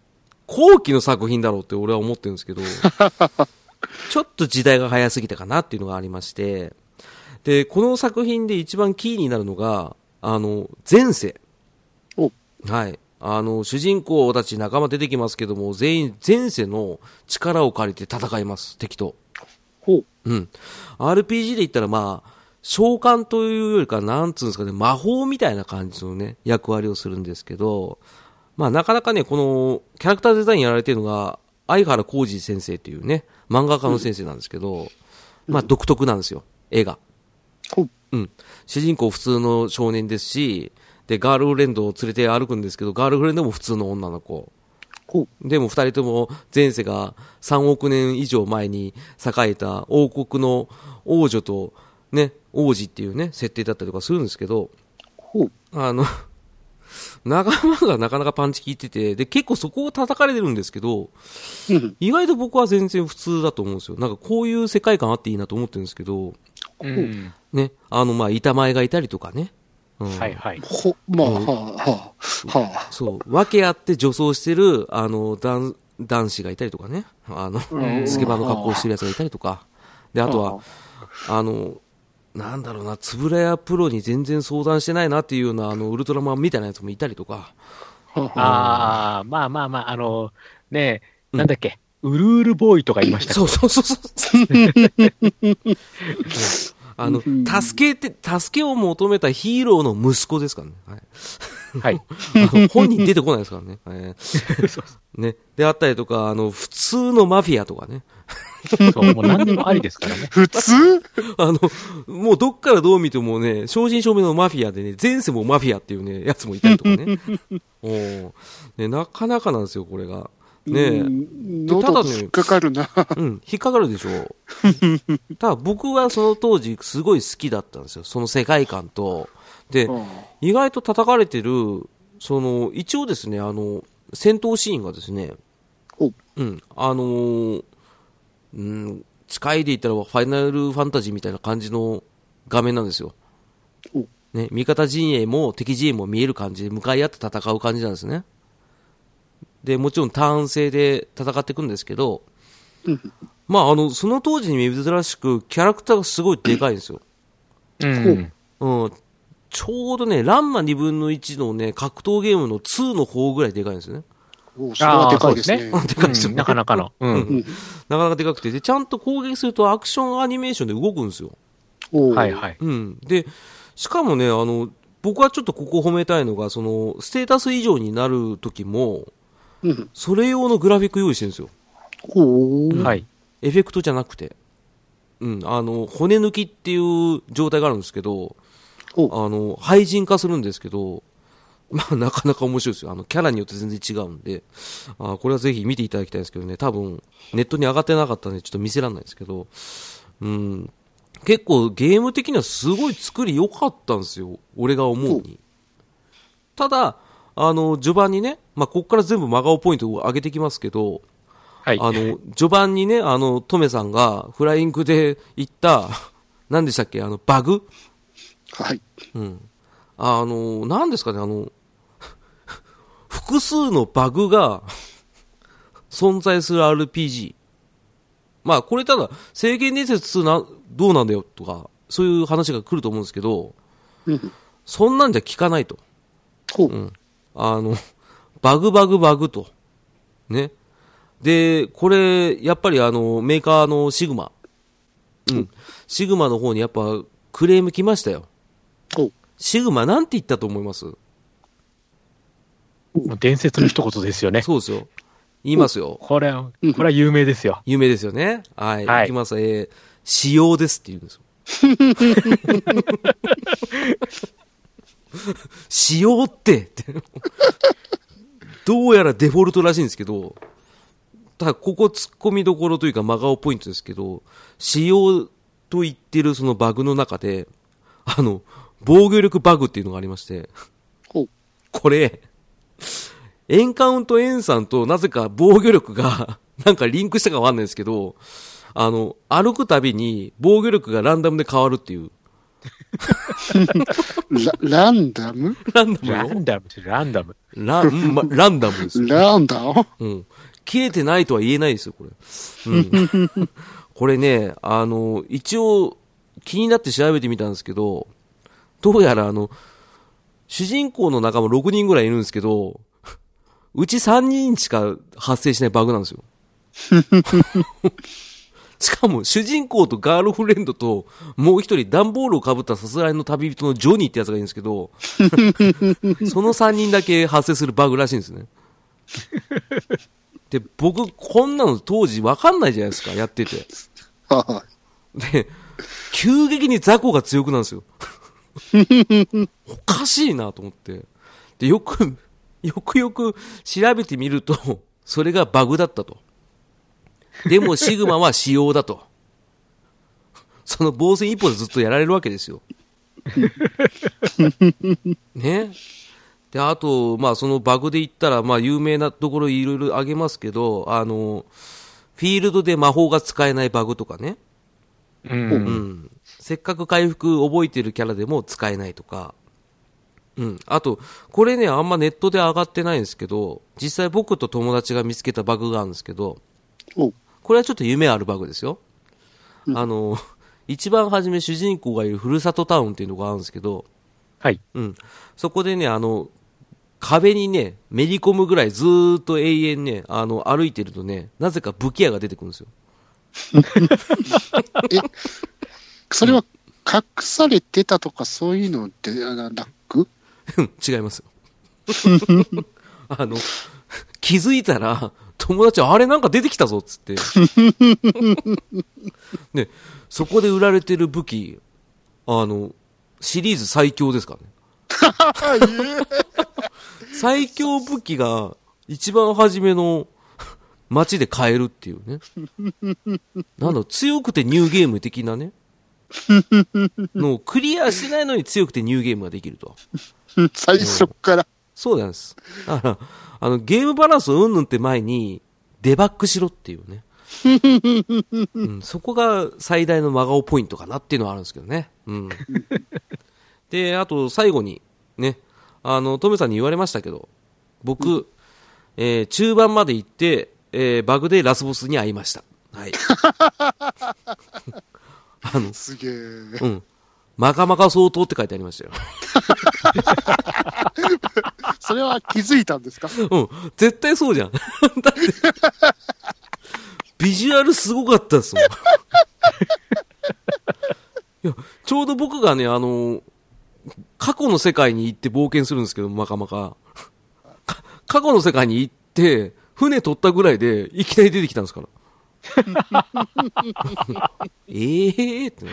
後期の作品だろうって俺は思ってるんですけど、ちょっと時代が早すぎたかなっていうのがありまして、で、この作品で一番キーになるのが、あの、前世。 おはい。あの、主人公たち仲間出てきますけども、全員前世の力を借りて戦います、敵と。 ほう。 うん。アールピージー で言ったらまあ、召喚というよりか、なんつうんですかね、魔法みたいな感じのね、役割をするんですけど、まあなかなかね、この、キャラクターデザインやられてるのが、相原浩二先生っていうね、漫画家の先生なんですけど、うん、まあ独特なんですよ、絵が。うん。主人公普通の少年ですし、で、ガールフレンドを連れて歩くんですけど、ガールフレンドも普通の女の子。でも二人とも前世がさんおくねん以上前に栄えた王国の王女とね、王子っていうね、設定だったりとかするんですけど、あの、仲間がなかなかパンチ効いてて、で、結構そこを叩かれてるんですけど、意外と僕は全然普通だと思うんですよ。なんかこういう世界観あっていいなと思ってるんですけど、 うん、 ね、あの、まあ、板前がいたりとかね。 うん、はいはい。 ほ、まあ、はあ、はあ、はあ。 そう、訳あって女装してる、あの、男、男子がいたりとかね。あの、スケバンの格好をしてる奴がいたりとか。で、あとは、あの、なんだろうな、つぶらやプロに全然相談してないなっていうような、あの、ウルトラマンみたいなやつもいたりとか。 ああ、まあまあまあ、あの、ねえ、なんだっけ、うん、ウルールボーイとか言いましたっけ。 そうそうそうそう。あの、助けて、助けを求めたヒーローの息子ですからね。はい。はい、あの本人出てこないですからね。えー、そうそうね。であったりとか、あの、普通のマフィアとかね。 そう、もう何でもありですからね。 普通あの、もうどっからどう見てもね、正真正銘のマフィアでね、前世もマフィアっていうね、やつもいたりとかね。おね、なかなかなんですよ、これが。ねえ。 ただね、引っかかるな。 うん、引っかかるでしょ。ただ僕はその当時すごい好きだったんですよ。その世界観と。で、意外と叩かれてる、その、一応ですね、あの、戦闘シーンがですね、うん、あのー、うん、近いで言ったらファイナルファンタジーみたいな感じの画面なんですよ。ね、味方陣営も敵陣営も見える感じで向かい合って戦う感じなんですね。で、もちろんターン制で戦っていくんですけど、まあ、あの、その当時に珍しくキャラクターがすごいでかいんですよ。 うん。 うん。ちょうどね、ランマにぶんのいちのね、格闘ゲームのにの方ぐらいでかいんですよね。 おそれはでかいですね。 でかいですよ、 ねうん。なかなかの、うん。 なかなかでかくて、で、ちゃんと攻撃するとアクションアニメーションで動くんですよ。 はいはい。 うん。で、しかもね、あの、僕はちょっとここ褒めたいのが、その、ステータス以上になる時も、うん、それ用のグラフィック用意してるんですよ。 ほう。はい。 エフェクトじゃなくて。うん。あの、骨抜きっていう状態があるんですけど、あの、廃人化するんですけど、まあ、なかなか面白いですよ。あの、キャラによって全然違うんで、あこれはぜひ見ていただきたいんですけどね、多分、ネットに上がってなかったんで、ちょっと見せられないですけど、うん。結構、ゲーム的にはすごい作り良かったんですよ。俺が思うに。ただ、あの、序盤にね、まあ、ここから全部真顔ポイントを上げてきますけど、はい。あの、序盤にね、あの、トメさんがフライングで言った、何でしたっけ、あの、バグはい。 うん。あの、何ですかね、あの、複数のバグが存在する アールピージー。まあ、これただ、聖剣伝説にな、どうなんだよとか、そういう話が来ると思うんですけど、 うん、 そんなんじゃ効かないと。 ほう。 うん。あの、バグバグバグと。ね。で、これ、やっぱりあの、メーカーのシグマ。うん。シグマの方にやっぱクレーム来ましたよ。シグマなんて言ったと思います？もう伝説の一言ですよね。 そうですよ。言いますよ。 これは、これは有名ですよ。 有名ですよね。はい。はい、いきます。えー、仕様ですって言うんですよ。仕様ってってどうやらデフォルトらしいんですけど、ただここ突っ込みどころというか真顔ポイントですけど、仕様と言ってるそのバグの中で、あの、防御力バグっていうのがありまして、これ、エンカウントエンさんとなぜか防御力がなんかリンクしたかわかんないですけど、あの、歩くたびに防御力がランダムで変わるっていう。 ラランダムランダムよ。 ランダムってランダム。 ラン、ま、ランダムですよ。 ランダムうん。切れてないとは言えないですよ、これ。うん。これね、あの、一応、気になって調べてみたんですけど、どうやらあの、主人公の仲間ろくにんぐらいいるんですけど、うちさんにんしか発生しないバグなんですよ。しかも、主人公とガールフレンドと、もう一人段ボールをかぶったさすらいの旅人のジョニーってやつがいるんですけど、そのさんにんだけ発生するバグらしいんですね。で、僕、こんなの当時わかんないじゃないですか、やってて。 はで、急激に雑魚が強くなるんですよ。おかしいなと思って。で、よく、よくよく調べてみると、それがバグだったと。でも、シグマは仕様だと。その防戦一歩でずっとやられるわけですよ。ね。で、あと、まあ、そのバグで言ったら、まあ、有名なところいろいろあげますけど、あの、フィールドで魔法が使えないバグとかね。 うん。 うん。せっかく回復覚えてるキャラでも使えないとか。うん。あと、これね、あんまネットで上がってないんですけど、実際僕と友達が見つけたバグがあるんですけど、 おこれはちょっと夢あるバグですよ。 うん、 あの、一番初め主人公がいるふるさとタウンっていうのがあるんですけど、 はい。 うん。そこでね、あの、壁にね、めり込むぐらいずーっと永遠ね、あの、歩いてるとね、なぜか武器屋が出てくるんですよ。 え、それは隠されてたとかそういうのってラック？ 違いますよ。あの、気づいたら、友達あれなんか出てきたぞっつって。ね、そこで売られてる武器、あの、シリーズ最強ですからね。最強武器が一番初めの街で買えるっていうね。なんだ、強くてニューゲーム的なね。のクリアしないのに強くてニューゲームができると。 最初から。 そうなんです。だから、あの、ゲームバランスうんぬんって前に、デバッグしろっていうね。うん、そこが最大の真顔ポイントかなっていうのはあるんですけどね。うん。で、あと最後に、ね、あの、トメさんに言われましたけど、僕、うん、えー、中盤まで行って、えー、バグでラスボスに会いました。はい。あの、 すげえ。 うん。まかまか相当って書いてありましたよ。 それは気づいたんですか？ うん。絶対そうじゃん。だって、ビジュアルすごかったですもん。いや、ちょうど僕がね、あの、過去の世界に行って冒険するんですけど、まかまか。か過去の世界に行って、船取ったぐらいで、いきなり出てきたんですから。えーってなって。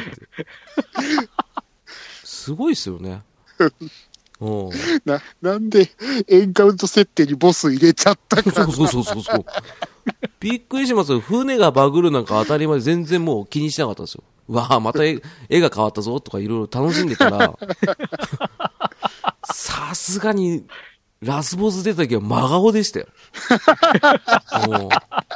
すごいっすよね。おな、なんでエンカウント設定にボス入れちゃったか。 そうそうそうそうそう。びっくりしますよ。船がバグるなんか当たり前で全然もう気にしなかったですよ。わあ、また絵、絵が変わったぞとかいろいろ楽しんでたら、さすがにラスボス出た時は真顔でしたよ。もう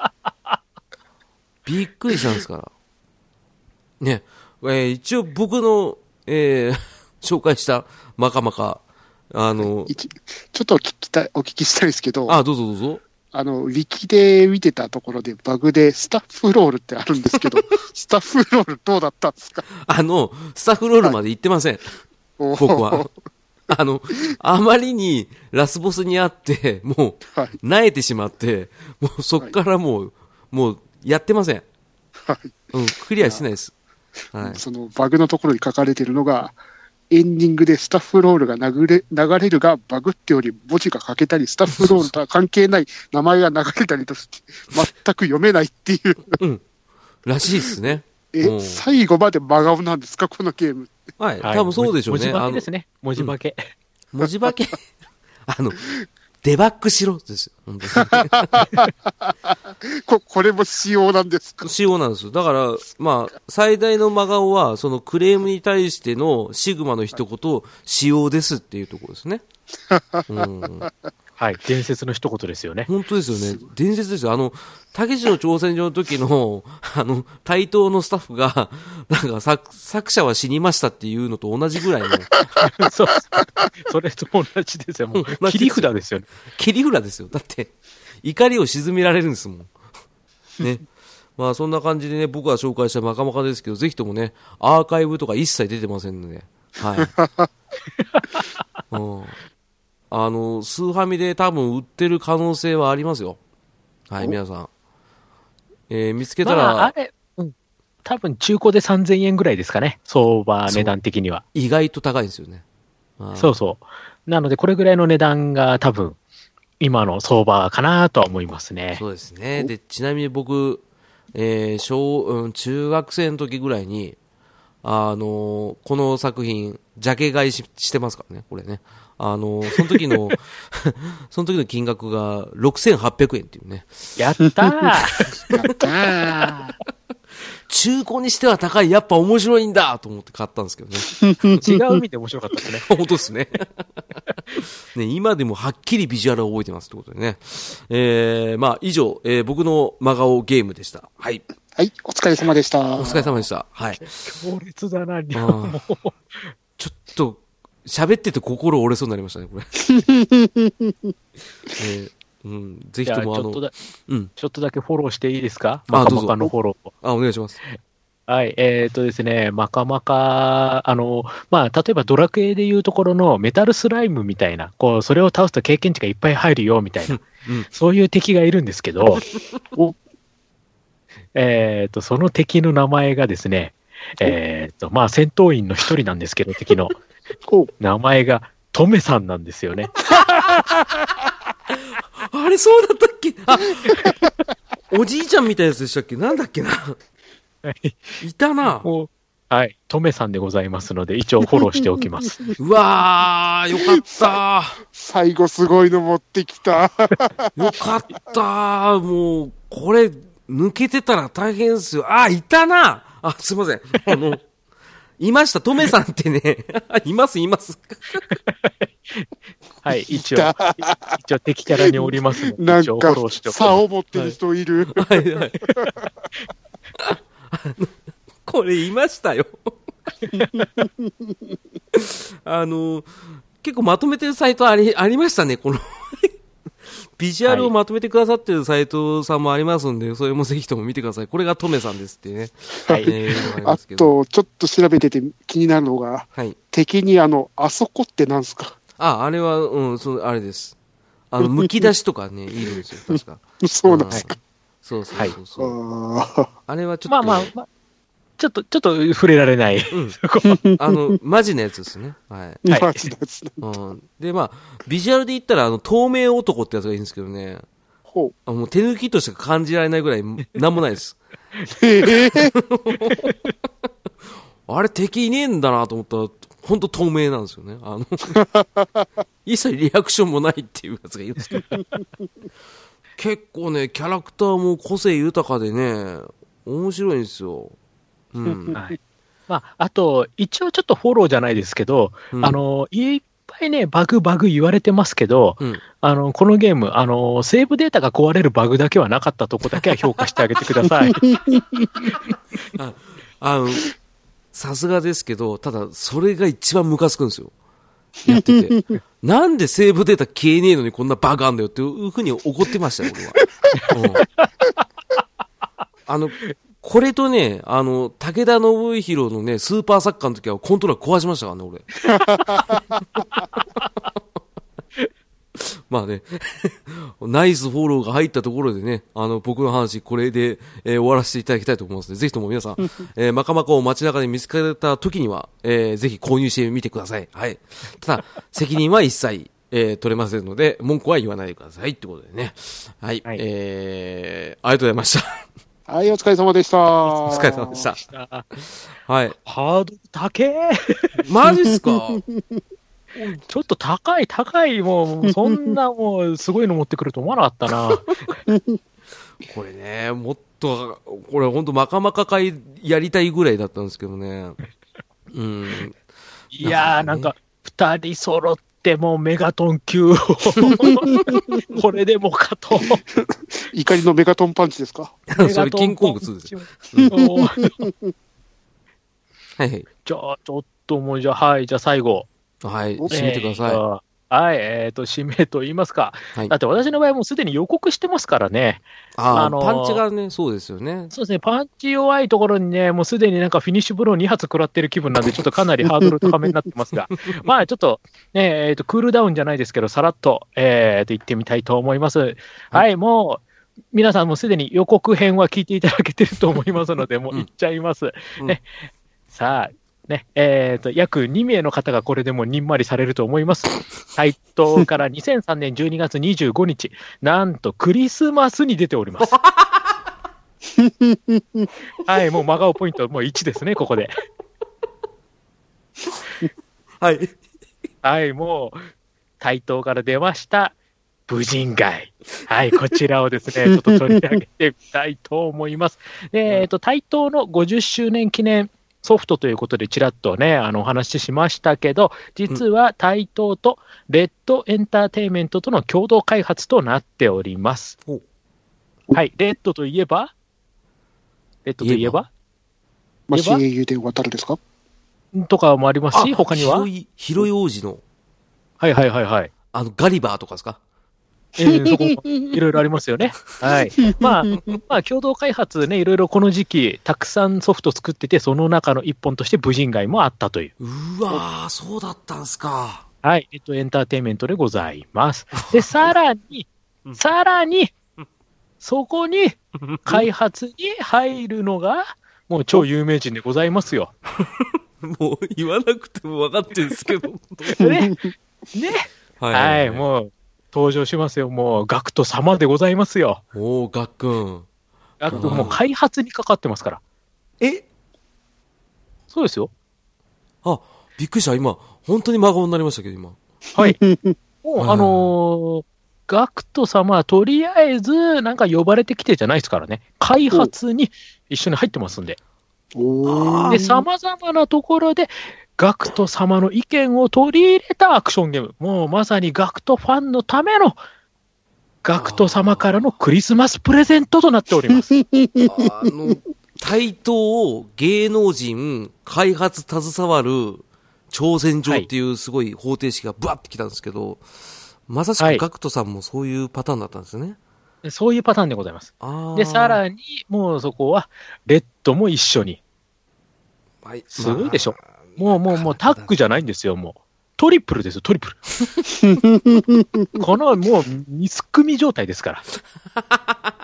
びっくりしたんですから。ね、えー、一応僕の、えー、紹介したマカマカ、あの、 ちょっとお聞きたい、お聞きしたいですけど、 あ、どうぞどうぞ。 あの、ウィキで見てたところでバグでスタッフロールってあるんですけど、スタッフロールどうだったんですか？ あの、スタッフロールまで行ってません。はい、僕は。あの、あまりにラスボスに会って、もう、萎えてしまって、もうそっからもう、はい、もう、やってません。 はい。 うん、クリアしてないです。 はい。そのバグのところに書かれているのが、エンディングでスタッフロールが流れ、流れるがバグっており文字が書けたり、スタッフロールとは関係ない名前が流れたりとして、全く読めないっていう。 うん。らしいですね。 え、最後まで真顔なんですか、このゲーム。 はい、多分そうでしょうね。 文字化けですね。文字化け。 うん、文字化け。あの、デバッグしろですよ。本当にこ, これも仕様なんですか？ 仕様なんですよ。だから、まあ、最大の真顔は、そのクレームに対してのシグマの一言、仕様ですっていうところですね。うん、 はい、伝説の一言ですよね。 本当ですよね。伝説ですよ。あの、たけしの挑戦状の時の、あの、対等のスタッフが、なんか作、作者は死にましたっていうのと同じぐらいの。 そう。それと同じですよ。もう、切り札ですよね。 切り札ですよ。だって、怒りを鎮められるんですもん。ね。まあ、そんな感じでね、僕が紹介したマカマカですけど、ぜひともね、アーカイブとか一切出てませんので、はい。うんあの、スーファミで多分売ってる可能性はありますよ。はい、皆さん。えー、見つけたら、 まあ、あれ、うん。多分中古でさんぜんえんぐらいですかね。相場値段的には。 意外と高いんですよね。 そうそう。なので、これぐらいの値段が多分、今の相場かなとは思いますね。 そうですね。で、ちなみに僕、えー、小、うん、中学生の時ぐらいに、あのー、この作品、ジャケ買い し, してますからね、これね。あのー、その時の、その時の金額がろくせんはっぴゃくえんっていうね。 やったーやったー中古にしては高い、やっぱ面白いんだと思って買ったんですけどね。 違う意味で面白かったですね。 本当ですね。ね、今でもはっきりビジュアルを覚えてますってことでね。えー、まあ以上、えー、僕の真顔ゲームでした。はい。 はい、お疲れ様でした。 お疲れ様でした。はい。 強烈だな、量もう。ちょっと、喋ってて心折れそうになりましたね、これ。えーうん、ぜひともあの、 ちょっとだ、 うん、 ちょっとだけフォローしていいですか？マカマカのフォロー。 あ、お願いします。 はい、えっ、ー、とですね、マカマカ、あの、まあ、例えばドラクエでいうところのメタルスライムみたいな、こう、それを倒すと経験値がいっぱい入るよ、みたいな、うん、そういう敵がいるんですけど、えっと、その敵の名前がですね、えっ、ー、と、まあ、戦闘員の一人なんですけど、敵の。名前がトメさんなんですよね。 あれそうだったっけ？あ、おじいちゃんみたいなやつでしたっけ？なんだっけな。いたな。 はい、トメさんでございますので、一応フォローしておきます。 うわー、よかった最後すごいの持ってきた。 よかったもう、これ、抜けてたら大変ですよ。あ、いたな。あ、すいません。あの、いました。トメさんってね、います、います。 はい、一応、一応敵キャラにおりますので、 なんか、 一応フォローしておきます。 差を持ってる人いる。 はい、はい、はい。これいましたよ。あの、結構まとめてるサイトあり、ありましたね、この。ビジュアルをまとめてくださってるサイトさんもありますんで、はい、それもぜひとも見てください。これがトメさんですってね。 はい。えー、あ, あと、ちょっと調べてて気になるのが、はい、敵にあの、あそこってなんすか？ あ、あれは、うん、そう、あれです。あの、剥き出しとかね、いるんですよ、確か。 そうなんですか。 そうそうそうそう、 はい。 あれはちょっと。 まあまあ、まあ、ちょっと、ちょっと触れられない。うん、 あの、マジなやつですね。はい。 マジなやつ、 うん。で、まあ、ビジュアルで言ったら、あの、透明男ってやつがいいんですけどね。 ほう。 あもう手抜きとしか感じられないぐらい、なんもないです。 えー、 あれ敵いねえんだなと思ったら、ほんと透明なんですよね。あの、一切リアクションもないっていうやつがいるんですけど。結構ね、キャラクターも個性豊かでね、面白いんですよ。うん。 はい。まあ、あと、一応ちょっとフォローじゃないですけど、うん、あの、いっぱいね、バグバグ言われてますけど、うん、あの、このゲーム、あの、セーブデータが壊れるバグだけはなかったとこだけは評価してあげてください。 あ、あの、さすがですけど、ただ、それが一番ムカつくんですよ。やってて。なんでセーブデータ消えねえのにこんなバグあんだよっていうふうに怒ってましたよ、俺は。うん、あの、これとね、あの、武田信弘のね、スーパーサッカーの時はコントローラー壊しましたからね、俺。まあね、ナイスフォローが入ったところでね、あの、僕の話、これで、えー、終わらせていただきたいと思いますので、ぜひとも皆さん、えー、マカマカを街中で見つかれた時には、えー、ぜひ購入してみてください。はい。ただ、責任は一切、えー、取れませんので、文句は言わないでくださいってことでね。はい。はい、えー、ありがとうございました。 はい、お疲れ様でした。 お疲れ様でした。はい。 ハードル高え。 マジっすか？ ちょっと高い、高い、もう、そんなもう、すごいの持ってくると思わなかったな。 これね、もっと、これ本当マカマカ会やりたいぐらいだったんですけどね。うん。 いやー、なんか、二人揃ってしてもメガトン級をこれでもかと怒りのメガトンパンチですか？ それキングコングツーですよ。うんはいはい。 じゃあ、ちょっともう、じゃあ、はい、じゃあ最後。 はい、締めてください。 えー、はい、えっ、ー、と、締めと言いますか。はい、だって私の場合もうすでに予告してますからね。 あ、あのー、パンチがね、そうですよね。 そうですね、パンチ弱いところにね、もうすでになんかフィニッシュブローに発食らってる気分なんで、ちょっとかなりハードル高めになってますが、まあちょっと、ね、えっ、ー、と、クールダウンじゃないですけど、さらっと、えー、と言ってみたいと思います。はい、はい、もう、皆さんもすでに予告編は聞いていただけてると思いますので、もう言っちゃいます。うん、ね、さあ、ね、えっ、ー、と、約に名の方がこれでもにんまりされると思います。台東からにせんさんねんじゅうにがつにじゅうごにち、なんとクリスマスに出ております。はい、もう真顔ポイントもういちですね、ここで。 はい。 はい、もう、台東から出ました、武人街。はい、こちらをですね、ちょっと取り上げてみたいと思います。で、えっと、台東のごじゅっしゅうねん記念ソフトということで、ちらっとね、あの、お話ししましたけど、実は台東とレッドエンターテインメントとの共同開発となっております。はい、レッドといえばレッドといえばまあ、シーエーユー で渡るですかとかもありますし、他には広い王子の。 はいはいはいはい。 あの、ガリバーとかですか？ えー、そこいろいろありますよね。はい。まあ、まあ、共同開発ね、いろいろこの時期、たくさんソフト作ってて、その中の一本として武人街もあったという。 うわー、そうだったんすか。 はい。えっと、エンターテインメントでございます。で、さらに、さらに、そこに開発に入るのが、もう超有名人でございますよ。 もう言わなくても分かってるんですけど。 ね。ね。はい、はいはい、もう。登場しますよ。もう、ガクト様でございますよ。 おー、ガックン。 ガクト、もう開発にかかってますから。 えそうですよ。 あ、びっくりした。今、本当に真顔になりましたけど、今。 はい。もう、あのー、ガクト様はとりあえず、なんか呼ばれてきてじゃないですからね。開発に一緒に入ってますんで。 おで、様々なところで、ガクト様の意見を取り入れたアクションゲーム。もうまさにガクトファンのためのガクト様からのクリスマスプレゼントとなっております。あの、台東芸能人開発携わる挑戦状っていうすごい方程式がブワッてきたんですけど、はい、まさしくガクトさんもそういうパターンだったんですね。 はい、そういうパターンでございます。で、さらにもうそこはレッドも一緒に。はい、すごいでしょ。まあもうもうもうタッグじゃないんですよ、もう。トリプルですよ、トリプル。このもう、ミス組状態ですから。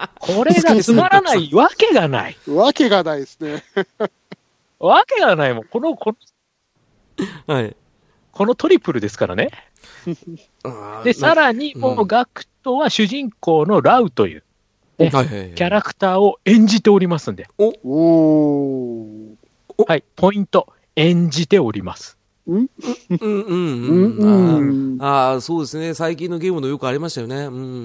これがつまらないわけがない。 わけがないですね。 わけがないもん。この、この、はい。 このトリプルですからね。で、さらに、もうガクトは主人公のラウという、ね、キャラクターを演じておりますんで。 おおはい、ポイント。演じております。 うんうんうんうん。ああ、そうですね。最近のゲームのよくありましたよね。うんうんうん。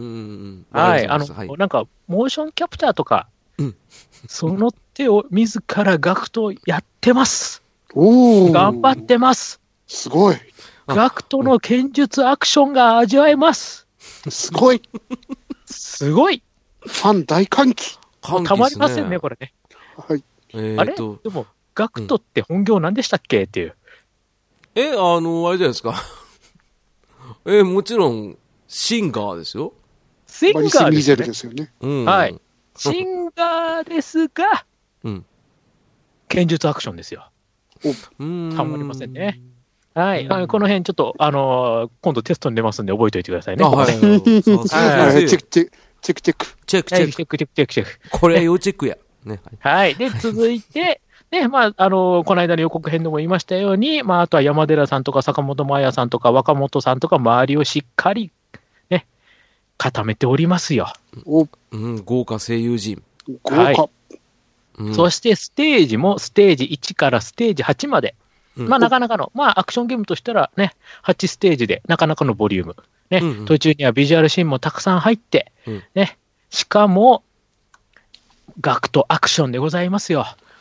はい。あの、はい、なんか、モーションキャプチャーとか、うん、その手を自らガクトやってます。 おー。 頑張ってます。 すごい。 ガクトの剣術アクションが味わえます。 すごい。 すごい。 ファン大歓喜。 歓喜たまりませんね、これね。 はい。 えー、あれでも、ガクトって本業何でしたっけっていう。 え、あの、あれじゃないですか。え、もちろん、シンガーですよ。 シンガーですよね。 ですよね。 うん、 はい。シンガーですが、うん、剣術アクションですよ。 おたまりませんね。はい。あこの辺ちょっと、あのー、今度テストに出ますんで覚えておいてくださいね。 あ、はい。チェックチェック。チェックチェック。 チェックチェック。 チェックチェックチェックチェックチェック。 これは要チェックや。ね、 はい。で、続いて、ね、まあ、あの、この間の予告編でも言いましたように、まあ、あとは山寺さんとか坂本真綾さんとか若本さんとか周りをしっかり、ね、固めておりますよ。 お、 うん、豪華声優陣。 豪華。はいうん、そしてステージもステージいちからステージはちまで。うん、まあ、なかなかの、まあ、アクションゲームとしたらね、はちステージでなかなかのボリューム。ね、うんうん、途中にはビジュアルシーンもたくさん入って、うん、ね、しかも、ガクトアクションでございますよ。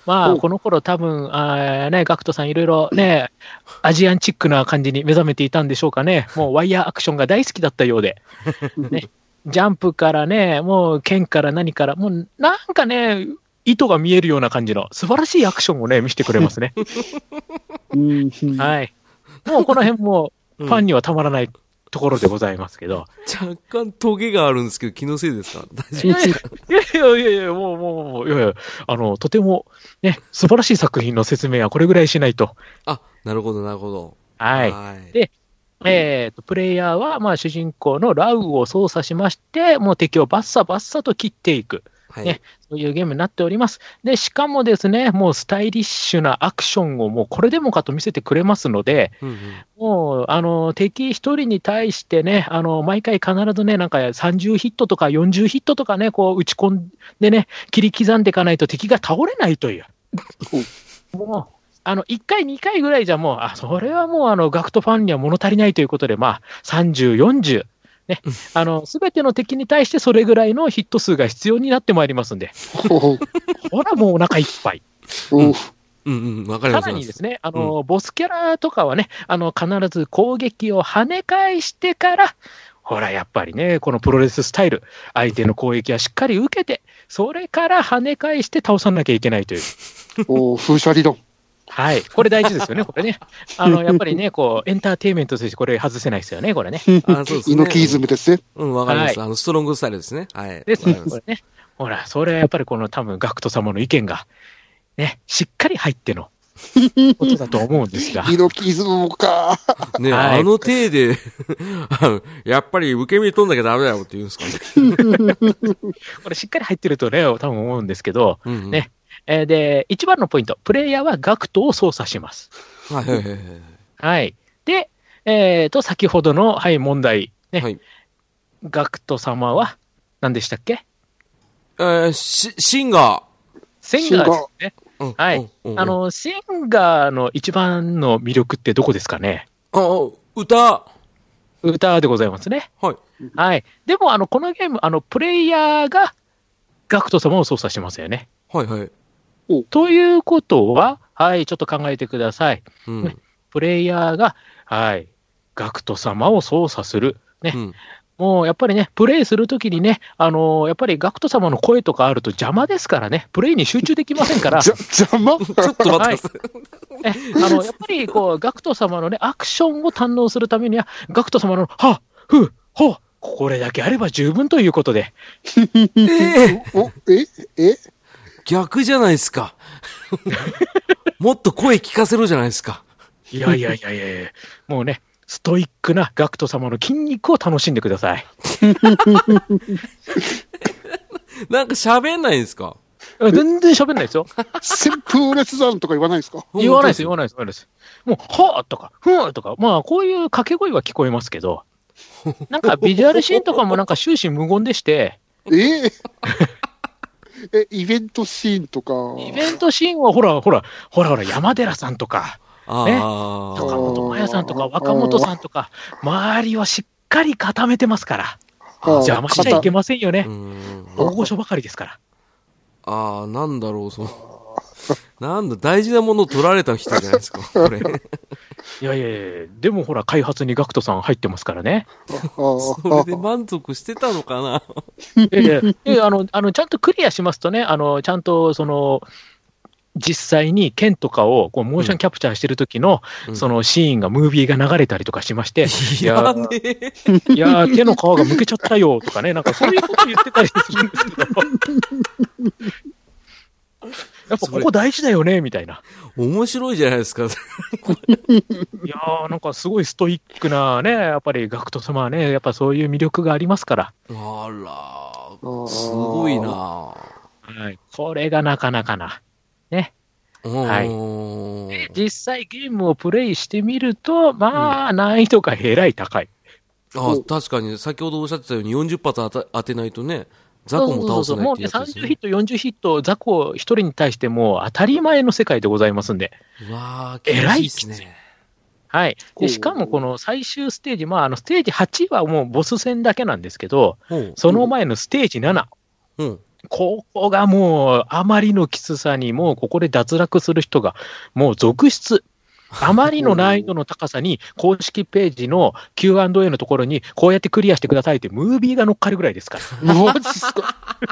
まあ、この頃多分、あね、ガクトさんいろいろね、アジアンチックな感じに目覚めていたんでしょうかね。もうワイヤーアクションが大好きだったようで。ね、ジャンプからね、もう剣から何から、もうなんかね、糸が見えるような感じの素晴らしいアクションをね、見せてくれますね。はい。もうこの辺もファンにはたまらないところでございますけど。 若干トゲがあるんですけど、気のせいですか？大丈夫ですか？ いやいやいやいや、もうもう、いやいや、あの、とてもね、素晴らしい作品の説明はこれぐらいしないと。 あ、なるほど、なるほど。 はい。はい、で、えっ、ー、と、プレイヤーは、まあ、主人公のラウを操作しまして、もう敵をバッサバッサと切っていく。はい、ね、そういうゲームになっております。で、しかもですね、もうスタイリッシュなアクションをもうこれでもかと見せてくれますので、うんうん、もう、あの、敵一人に対してね、あの、毎回必ずね、なんかさんじゅうヒットとかよんじゅうヒットとかね、こう打ち込んでね、切り刻んでいかないと敵が倒れないという。もう、あの、いっかい、にかいぐらいじゃもう、あ、それはもう、あの、ガクトファンには物足りないということで、まあ、さんじゅう、よんじゅう、ね、あの、すべての敵に対してそれぐらいのヒット数が必要になってまいりますんで。ほら、もうお腹いっぱい。 うんうん、わかります。 さらにですね、あの、うん、ボスキャラとかはね、あの、必ず攻撃を跳ね返してから、ほら、やっぱりね、このプロレススタイル、相手の攻撃はしっかり受けて、それから跳ね返して倒さなきゃいけないという。 おー、風車理論。 はい。これ大事ですよね、これね。あの、やっぱりね、こう、エンターテインメントとしてこれ外せないですよね、これね。 あ、そうですね。猪木イズムですね。 うん、わかります、はい。あの、ストロングスタイルですね。はい。 ですね、これね。ほら、それはやっぱりこの多分、ガクト様の意見が、ね、しっかり入っての、ことだと思うんですが。 猪木イズムか。 ね、はい、あの体で、やっぱり受け身取んなきゃダメだよって言うんですかね。 これしっかり入ってるとね、多分思うんですけど、うんうん、ね。で、一番のポイント、プレイヤーはガクトを操作します。 はいはいはい。 はい。で、えっと、先ほどの、はい、問題、ね。はい、ガクト様は、何でしたっけ？ えー、シシンガー。 シンガーですね。うん、はい、うんうん。あの、シンガーの一番の魅力ってどこですかね？ あ、歌。 歌でございますね。 はい。 はい。でも、あの、このゲーム、あの、プレイヤーがガクト様を操作しますよね。 はいはい。 ということは、はい、ちょっと考えてください。 うん、 プレイヤーが、はい、ガクト様を操作する。ね。うん、もうやっぱりね、プレイするときにね、あのー、やっぱりガクト様の声とかあると邪魔ですからね、プレイに集中できませんから。 じゃ邪魔ちょっと待ってください。 はい、あのやっぱりこうガクト様のね、アクションを堪能するためには、ガクト様の、はっ、ふう、ほう、これだけあれば十分ということで。 えー、 おええ逆じゃないですか。もっと声聞かせろじゃないですか。 いやいやいやいやいや、もうね、ストイックなガクト様の筋肉を楽しんでください。 なんか喋んないんですか？ 全然喋んないですよ。 旋風列山とか言わないですか？ 言わないです、言わないです、言わないです。もう、はぁとか、ふーとか、まあ、こういう掛け声は聞こえますけど、なんかビジュアルシーンとかもなんか終始無言でして、 えーえ、イベントシーンとか。 イベントシーンはほら、ほら、ほらほら、山寺さんとか、ね、坂本真綾さんとか、若本さんとか、周りをしっかり固めてますから、邪魔しちゃいけませんよね。大御所ばかりですから。 ああ、なんだろう、その、なんだ、大事なものを取られた人じゃないですか、これ。 いやいやいや、でもほら、開発にガクトさん入ってますからね。 それで満足してたのかな。 いやいや、いやあの、あの、ちゃんとクリアしますとね、あの、ちゃんと、その、実際に剣とかをこうモーションキャプチャーしてる時の、うん、そのシーンが、ムービーが流れたりとかしまして、 いや、ね、 いや手の皮がむけちゃったよとかね、なんかそういうこと言ってたりするんですけど。やっぱここ大事だよねみたいな。 面白いじゃないですか。いやー、なんかすごいストイックなね、やっぱりガクト様はね、やっぱそういう魅力がありますから。 あら、すごいな。はい、これがなかなかな。ね。はい。実際ゲームをプレイしてみると、まあ、うん、難易度がえらい高い。 ああ、確かに、先ほどおっしゃってたようによんじゅっ発当て、当てないとね、ザコも倒せないってやつですね。もうね、さんじゅうヒット、よんじゅうヒット、ザコ一人に対しても当たり前の世界でございますんで。うわー、厳しいですね。 はい。で、しかもこの最終ステージ、まあ、あの、ステージはちはもうボス戦だけなんですけど、その前のステージなな。 うん。 ここがもう、あまりのきつさに、もうここで脱落する人がもう続出。あまりの難易度の高さに、公式ページの キューアンドエー のところに、こうやってクリアしてくださいって、ムービーが乗っかるぐらいですから。 マジっすか。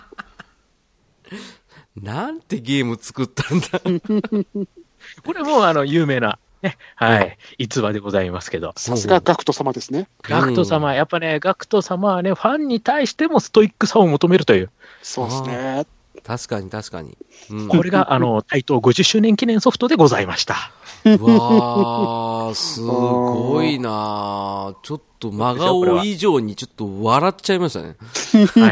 なんてゲーム作ったんだ。 これもあの有名な、ね、はい、逸話でございますけど。 さすがガクト様ですね。 ガクト様、やっぱね、ガクト様はね、ファンに対してもストイックさを求めるという。 そうですね。 確かに確かに。 うん、これが、あの、台東ごじゅっしゅうねん記念ソフトでございました。 うわー、すごいなー。ちょっと真顔以上にちょっと笑っちゃいましたね。はい。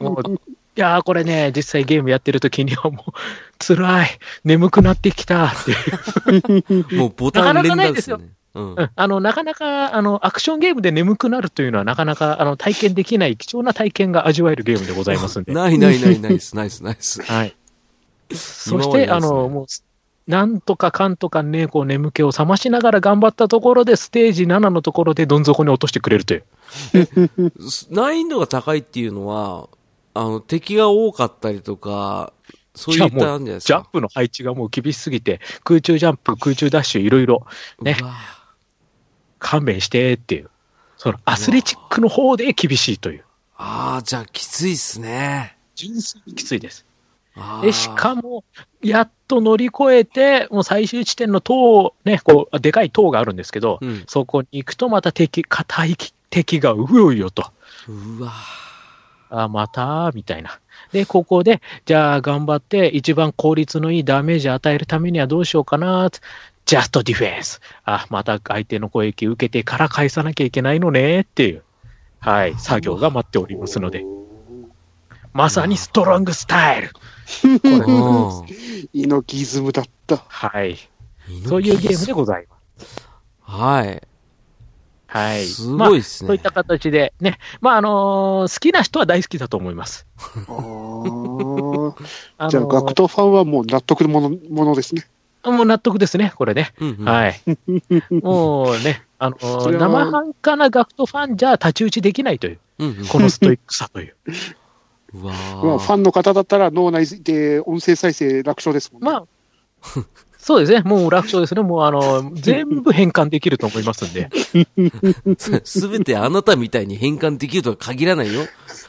もういやー、これね、実際ゲームやってる時にはもう、辛い、眠くなってきたっていう。もうボタン連打ですよね。うん、あのなかなかあのアクションゲームで眠くなるというのはなかなかあの体験できない貴重な体験が味わえるゲームでございますんで。 ないないないナイスナイスナイス。 はい。そして、ね、あのもうなんとかかんとかねこう眠気を覚ましながら頑張ったところでステージななのところでどん底に落としてくれるという。 難易度が高いっていうのはあの敵が多かったりとか。そういったんじゃないですか。 ジャンプの配置がもう厳しすぎて空中ジャンプ空中ダッシュいろいろね。勘弁してっていう。そのアスレチックの方で厳しいという。 ああ、じゃあきついっすね。 純粋にきついです。で、しかも、やっと乗り越えて、もう最終地点の塔、ね、こう、でかい塔があるんですけど、うん、そこに行くとまた敵、硬い敵がうよいよと。 うわあ、また、みたいな。で、ここで、じゃあ頑張って一番効率のいいダメージ与えるためにはどうしようかな、ジャストディフェンス。あ、また相手の攻撃受けてから返さなきゃいけないのねっていう、はい、作業が待っておりますので。まさにストロングスタイル。 これ、イノキズムだった。 はい。そういうゲームでございます。 はい。 はい。 すごいですね。 まあ、そういった形でね、まあ、あのー、好きな人は大好きだと思います。 あじゃあ、ガクトファンはもう納得のもの、ものですね。 もう納得ですね、これね。うんうん、はい。もうね、あのー、生半可なガクトファンじゃ太刀打ちできないという、うんうん、このストイックさという。 うわまあ、ファンの方だったら脳内で音声再生楽勝ですもんね。まあそうですね。もう楽勝ですね。もうあの、全部変換できると思いますんで。 すべてあなたみたいに変換できるとは限らないよ。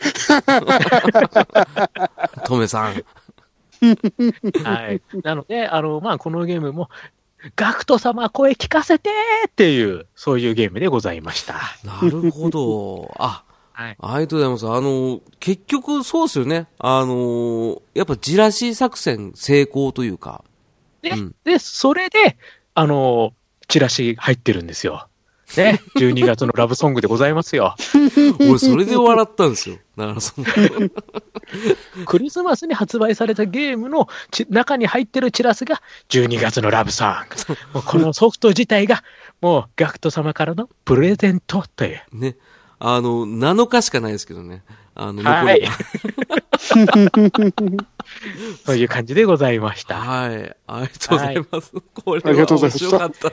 トメさん。 はい。なので、あの、まあ、このゲームも、ガクト様声聞かせてっていう、そういうゲームでございました。 なるほど。あ、はい。ありがとうございます。あの、結局そうですよね。あの、やっぱジラシー作戦成功というか。 で、うん、で、それで、あの、チラシ入ってるんですよ。ね。じゅうにがつのラブソングでございますよ。 俺、それで笑ったんですよ。だからそのクリスマスに発売されたゲームの中に入ってるチラシがじゅうにがつのラブソング。もうこのソフト自体が、もうガクト様からのプレゼントという。 ね。あの、なのかしかないですけどね。あの、 はい。そういう感じでございました。 はい。ありがとうございます。はい、これは面白かった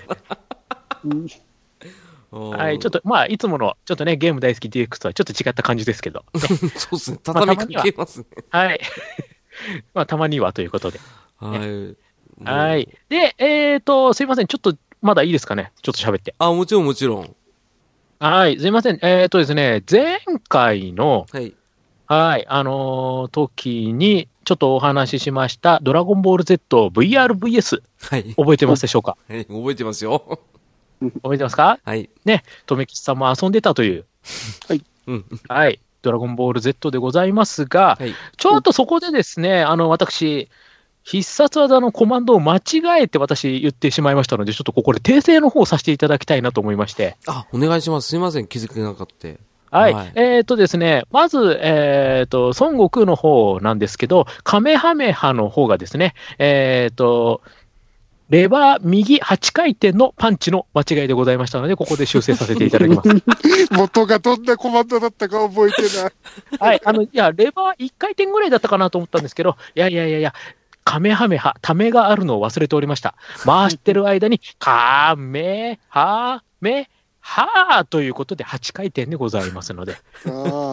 な。 はい。ちょっと、まあ、いつもの、ちょっとね、ゲーム大好き ディーエックス とはちょっと違った感じですけど。 ね、そうですね。畳みかけますね。 まあ、はい。まあ、たまにはということで。 はい。 はい。で、えっと、すいません。ちょっと、まだいいですかね。ちょっと喋って。 あ、もちろんもちろん。 はい。すいません。えっとですね、前回の、はい。はい。あのー、時に、ちょっとお話ししました、ドラゴンボール Z ブイアールブイエス。はい。覚えてますでしょうか？ はい。覚えてますよ。 覚えてますか？ はい。 ね。とめきちさんも遊んでたという。 はい。 うん。はい。ドラゴンボール Z でございますが、はい、ちょっとそこでですね、あの、私、必殺技のコマンドを間違えて私言ってしまいましたので、ちょっとここで訂正の方をさせていただきたいなと思いまして。 あ、お願いします。すいません。気づけなかった。 はい。はい、えっ、ー、とですね、まず、えっ、ー、と、孫悟空の方なんですけど、カメハメハの方がですね、えっ、ー、と、レバー右はちかいてんのパンチの間違いでございましたので、ここで修正させていただきます。 元がどんなコマンドだったか覚えてない。 はい。あの、いや、レバーいっかいてんぐらいだったかなと思ったんですけど、いやいやいやいや、カメハメハ、ためがあるのを忘れておりました。回してる間に、カメハメハということではちかいてんでございますので。 あ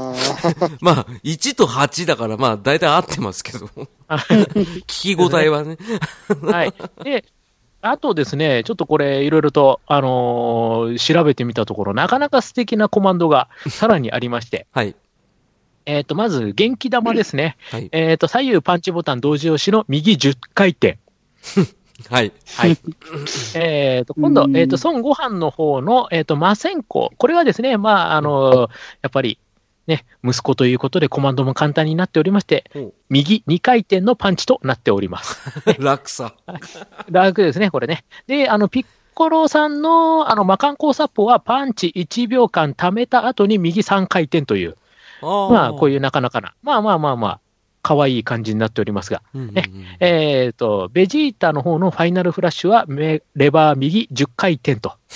まあ、いちとはちだから、まあ、大体合ってますけど。聞き応えはね。 はい。で、あとですね、ちょっとこれ、いろいろと、あのー調べてみたところ、なかなか素敵なコマンドがさらにありまして、 はい。 えっと、まず、元気玉ですね。 はい。 えっと、左右パンチボタン同時押しの右じゅっかい転。 はい。 はい。えっと、今度う、んえっと、孫悟飯の方の、えっと、魔線香。これはですね、まあ、あの、やっぱり、ね、息子ということでコマンドも簡単になっておりまして、 ほう右にかい転のパンチとなっております。 楽さ。 楽ですね、これね。で、あの、ピッコロさんの、あの、魔漢光殺法はパンチいちびょうかん貯めた後に右さんかい転という、 あまあ、こういいうなかなかな、まあまあまあまあ、可愛い感じになっておりますが、 うんうんうん。 ねえっ、と、ベジータの方のファイナルフラッシュは、めレバー右じゅっかい転と。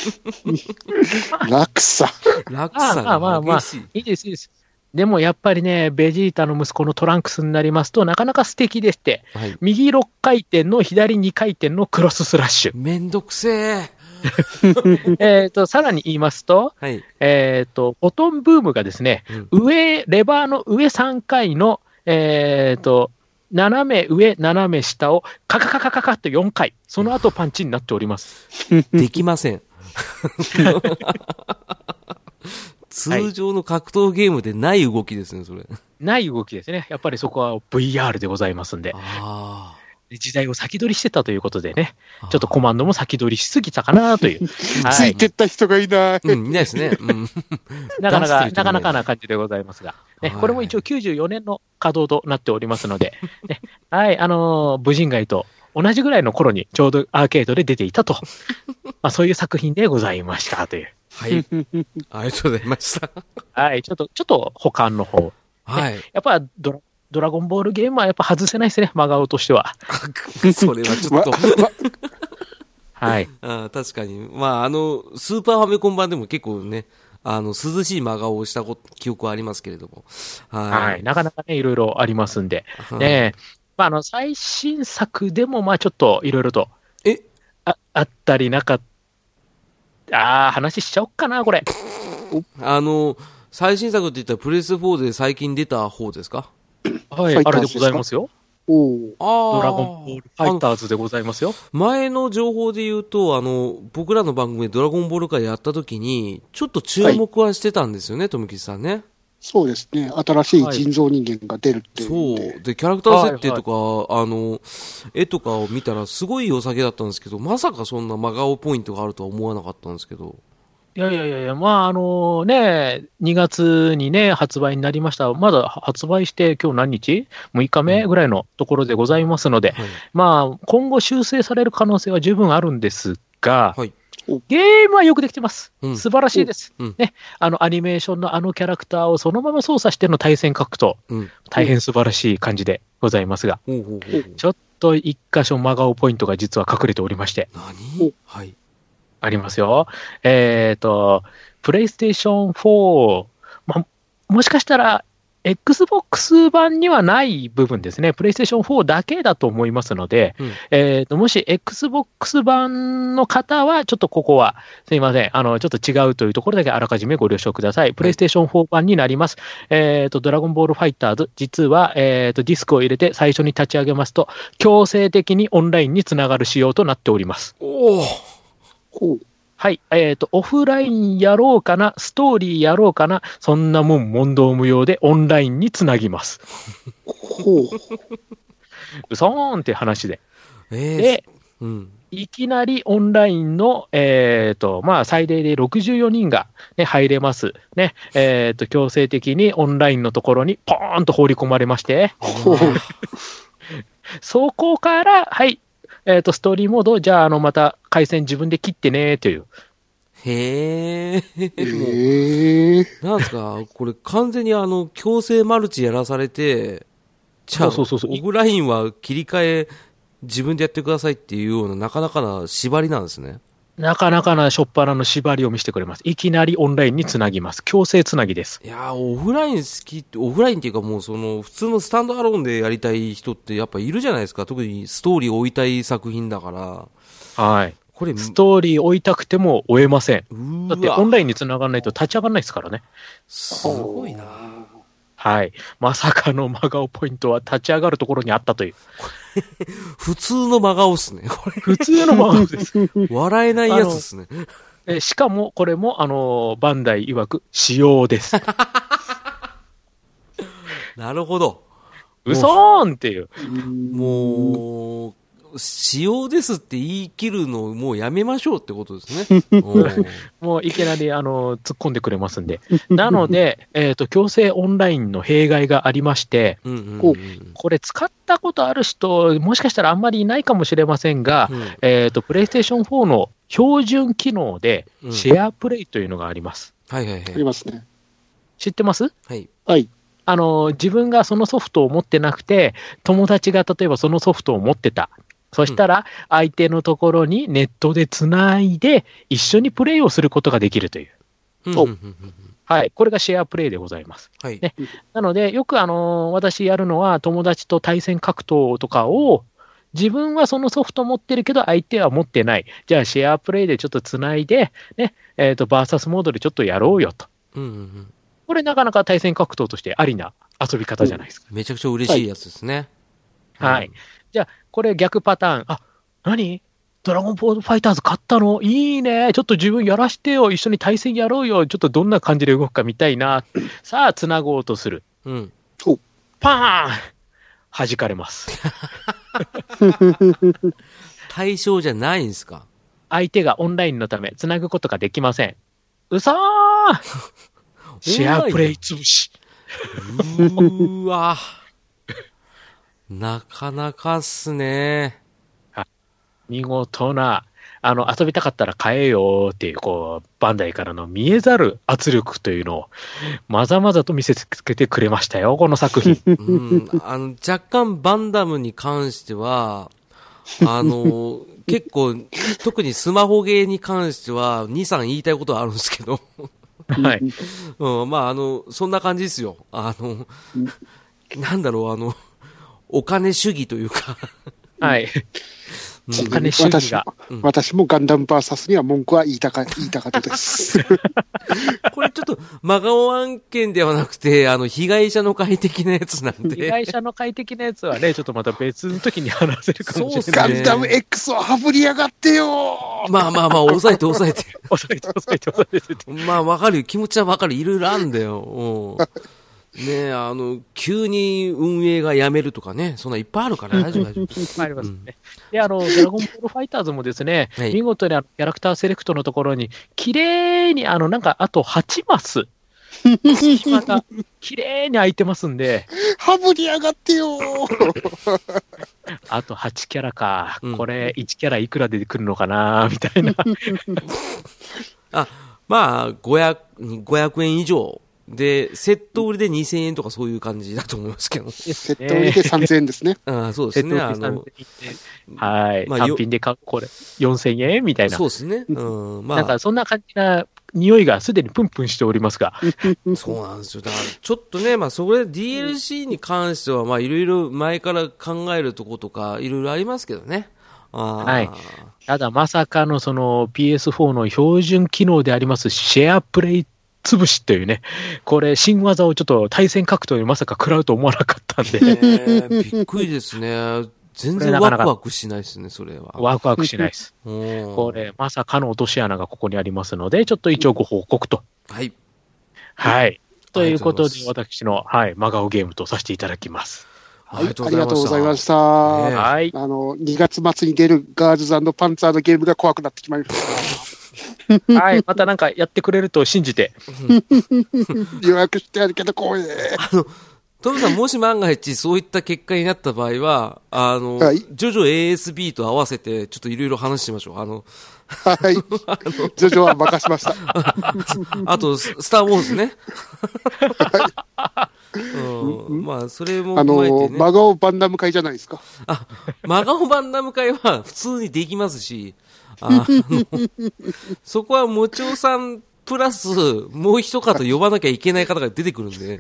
落差。 楽さまあまあまあが激しい。 いいです、いいです。でもやっぱりね、ベジータの息子のトランクスになりますと、なかなか素敵でして、 はい。 右ろっかい転の左にかい転のクロススラッシュ。 めんどくせえ。 えっと、さらに言いますと、 はい。 えっ、と、ボトンブームがですね、上、レバーの上さんかいの、えっ、と、斜め上、斜め下をカカカカカカッとよんかい、その後パンチになっております。 できません。通常の格闘ゲームでない動きですね、それ。 ない動きですね。やっぱりそこは ブイアール でございますんで、 あ時代を先取りしてたということでね、 あ。 ちょっとコマンドも先取りしすぎたかなという。 つはいいてった人がいない。 うん、いないですね。うん。 なかなか、 出してる人もいないなかなかな感じでございますが、ね、 はいこれも一応きゅうじゅうよねんの稼働となっておりますので、ね、はい、あのー、武人街と同じぐらいの頃にちょうどアーケードで出ていたと、まあそういう作品でございましたという。 はい。ありがとうございました。 はい、ちょっと、ちょっと保管の方。 はい。 やっぱドラ、ドラゴンボールゲームはやっぱ外せないですね、真顔としては。 それはちょっと。 はい。 あー確かに。まあ、あの、スーパーファミコン版でも結構ね、あの、涼しい真顔をしたこ記憶はありますけれども。はい。 はい。なかなかね、いろいろありますんで。 はいねまあ、あの、最新作でも、まあちょっといろいろと、 えあ、あったりなかった。ああ、話しちゃおっかな、これ。 あの、最新作って言ったらプレスフォーで最近出た方ですか？ はい、 ファイターズあれでございますよ。 おうああ。 ドラゴンボールファイターズでございますよ。 前の情報で言うと、あの、僕らの番組でドラゴンボール会やった時に、ちょっと注目はしてたんですよね、富吉さんね。 そうですね。新しい人造人間が出るっていそうう。 んで。 で、キャラクター設定とか、あの、絵とかを見たらすごい良さげだったんですけど、まさかそんな真顔ポイントがあるとは思わなかったんですけど。 いやいやいやいや、まあ、あのね、にがつにね、発売になりました。まだ発売して今日何日 ?むいかめぐらいのところでございますので、 はい。 まあ、今後修正される可能性は十分あるんですが、 はい。 ゲームはよくできてます。 うん素晴らしいです。 うんね、あのアニメーションのあのキャラクターをそのまま操作しての対戦格闘、 うん。 大変素晴らしい感じでございますが、 ほうほうほうほう。 ちょっと一箇所真顔ポイントが実は隠れておりまして、 何はい。 ありますよ。えっ、と、プレイステーションフォー、ま、もしかしたら、Xbox 版にはない部分ですね。プレイステーションフォーだけだと思いますので、 うんえーと、もし Xbox 版の方は、ちょっとここは、すいません。あの、ちょっと違うというところだけあらかじめご了承ください。プレイステーションフォー版になります。えっ、と、ドラゴンボールファイターズ、実は、えっ、と、ディスクを入れて最初に立ち上げますと、強制的にオンラインにつながる仕様となっております。 おお。 ほう。 はい。えっ、と、オフラインやろうかな、ストーリーやろうかな、そんなもん問答無用でオンラインにつなぎます。 ほう。 うそーんって話で。 ええで、 うん。 いきなりオンラインの、えっ、と、まあ、最大でろくじゅうよにんが、ね、入れます。ね。えっ、と、強制的にオンラインのところにポーンと放り込まれまして、 ほう。 そこから、はい。えっ、と、ストーリーモード、じゃあ、あの、また回線自分で切ってね、という。 へえ。もええ。 う、なんですか、これ完全にあの、強制マルチやらされて、じゃあ、 そうそうそうそうオフラインは切り替え、自分でやってくださいっていうような、なかなかな縛りなんですね。 なかなかな初っ端の縛りを見せてくれます。いきなりオンラインにつなぎます。強制つなぎです。 いやー、オフライン好きって、オフラインっていうかもうその、普通のスタンドアローンでやりたい人ってやっぱいるじゃないですか。特にストーリーを追いたい作品だから。 はい。 これ、 ストーリー追いたくても追えません。 うーわだってオンラインにつながらないと立ち上がらないですからね。 すごいな。 はい。まさかの真顔ポイントは立ち上がるところにあったという。 普通の真顔っすね、これ。 普通の真顔です。 笑えないやつですね。 えしかも、これも、あの、バンダイ曰く、仕様です。 なるほど。 嘘ーんっていう。 もう、仕様ですって言い切るのをもうやめましょうってことですね。 もういきなり、あの、突っ込んでくれますんで。なので、えっと、強制オンラインの弊害がありまして、うんうんうん、これ使ったことある人、もしかしたらあんまりいないかもしれませんが、うん、えっと、プレイステーションフォーの標準機能で、シェアプレイというのがあります。 うん、はいはいはい。 ありますね。 知ってます？ はい。 はい。 あの、自分がそのソフトを持ってなくて、友達が例えばそのソフトを持ってた。そしたら、相手のところにネットでつないで、一緒にプレイをすることができるという。 うん、 はい。これがシェアプレイでございます。 はい。 ね、なので、よくあの、私やるのは、友達と対戦格闘とかを、自分はそのソフト持ってるけど、相手は持ってない。じゃあ、シェアプレイでちょっとつないで、ね、えっと、バーサスモードでちょっとやろうよと。 うんうんうん、 これなかなか対戦格闘としてありな遊び方じゃないですか。 めちゃくちゃ嬉しいやつですね。 はい。はい、じゃあ、これ逆パターン。あ、何ドラゴンボールファイターズ買ったのいいね。ちょっと自分やらしてよ。一緒に対戦やろうよ。ちょっとどんな感じで動くか見たいな。さあ、つなごうとする。 うん。 パーン弾かれます。 対象じゃないんですか？ 相手がオンラインのため、つなぐことができません。うそーシェアプレイ潰し。 うーわ。なかなかっすね。 見事な、あの、遊びたかったら買えよっていう、こう、バンダイからの見えざる圧力というのを、まざまざと見せつけてくれましたよ、この作品。 うん、あの若干バンダムに関しては、あの、結構、特にスマホゲーに関しては、に、さん言いたいことはあるんですけど。 はい。 うん、まあ、あの、そんな感じですよ。あの、なんだろう、あの、お金主義というか。 はい。お金主義が。 私も、私もガンダムバーサスには文句は言いたか、言いたかったです。 これちょっと、真顔案件ではなくて、あの、被害者の快適なやつなんで。 被害者の快適なやつはね、ちょっとまた別の時に話せるかもしれない。そうですね。ガンダム X をはぶりやがってよまあまあまあ、抑えて抑えて。 抑えて抑えて抑えて。 まあわかるよ。気持ちはわかる。いろいろあるんだよ。うんねえ、あの、急に運営がやめるとかね、そんないっぱいあるから大丈夫大丈夫。いっぱいありますね。うん、で、あの、ドラゴンボールファイターズもですね、はい、見事にあのキャラクターセレクトのところに、綺麗に、あの、なんか、あとはちマス、また、綺麗に空いてますんで。 はぶりやがってよあとはちキャラか。うん、これ、いちキャラいくらで来るのかなみたいな。 あ、まあ、ごひゃく、ごひゃくえん以上。で、セット売りでにせんえんとかそういう感じだと思いますけど。 セット売りでさんぜんえんですね。 ああ、そうですね。あの、 はい。まあ、単品で買う、これ、よんせんえんみたいな。 そうですね。うん。まあ。 なんか、そんな感じな匂いがすでにプンプンしておりますが。 そうなんですよ。だから、ちょっとね、まあ、それ ディーエルシー に関しては、まあ、いろいろ前から考えるとことか、いろいろありますけどね。あはい。ただ、まさかのその ピーエスフォー の標準機能でありますシェアプレイ潰しというね、これ、新技をちょっと対戦格闘にまさか食らうと思わなかったんで。 えー、びっくりですね。全然ワクワクしないですね、それは。 ワクワクしないです。これ、まさかの落とし穴がここにありますので、ちょっと一応ご報告と。 はい。 はい。ということで、私の、はい、真顔ゲームとさせていただきます。 はい、ありがとうございました。 はい。 あの、にがつ末に出るガールズ&パンツァーのゲームが怖くなってきました。 はい、またなんかやってくれると信じて。 予約してあるけど怖い。 あの、トムさん、もし万が一そういった結果になった場合は、あの、はい、ジョジョ エーエスビー と合わせて、ちょっといろいろ話しましょう。あの、 はい。ジョジョは任しました。 あと、スター・ウォーズね。はい、うん、まあ、それも踏まえて、ね。 あの、真顔バンダム会じゃないですか。 あ、真顔バンダム会は普通にできますし、あのそこはもちおさんプラスもう一方呼ばなきゃいけない方が出てくるんで、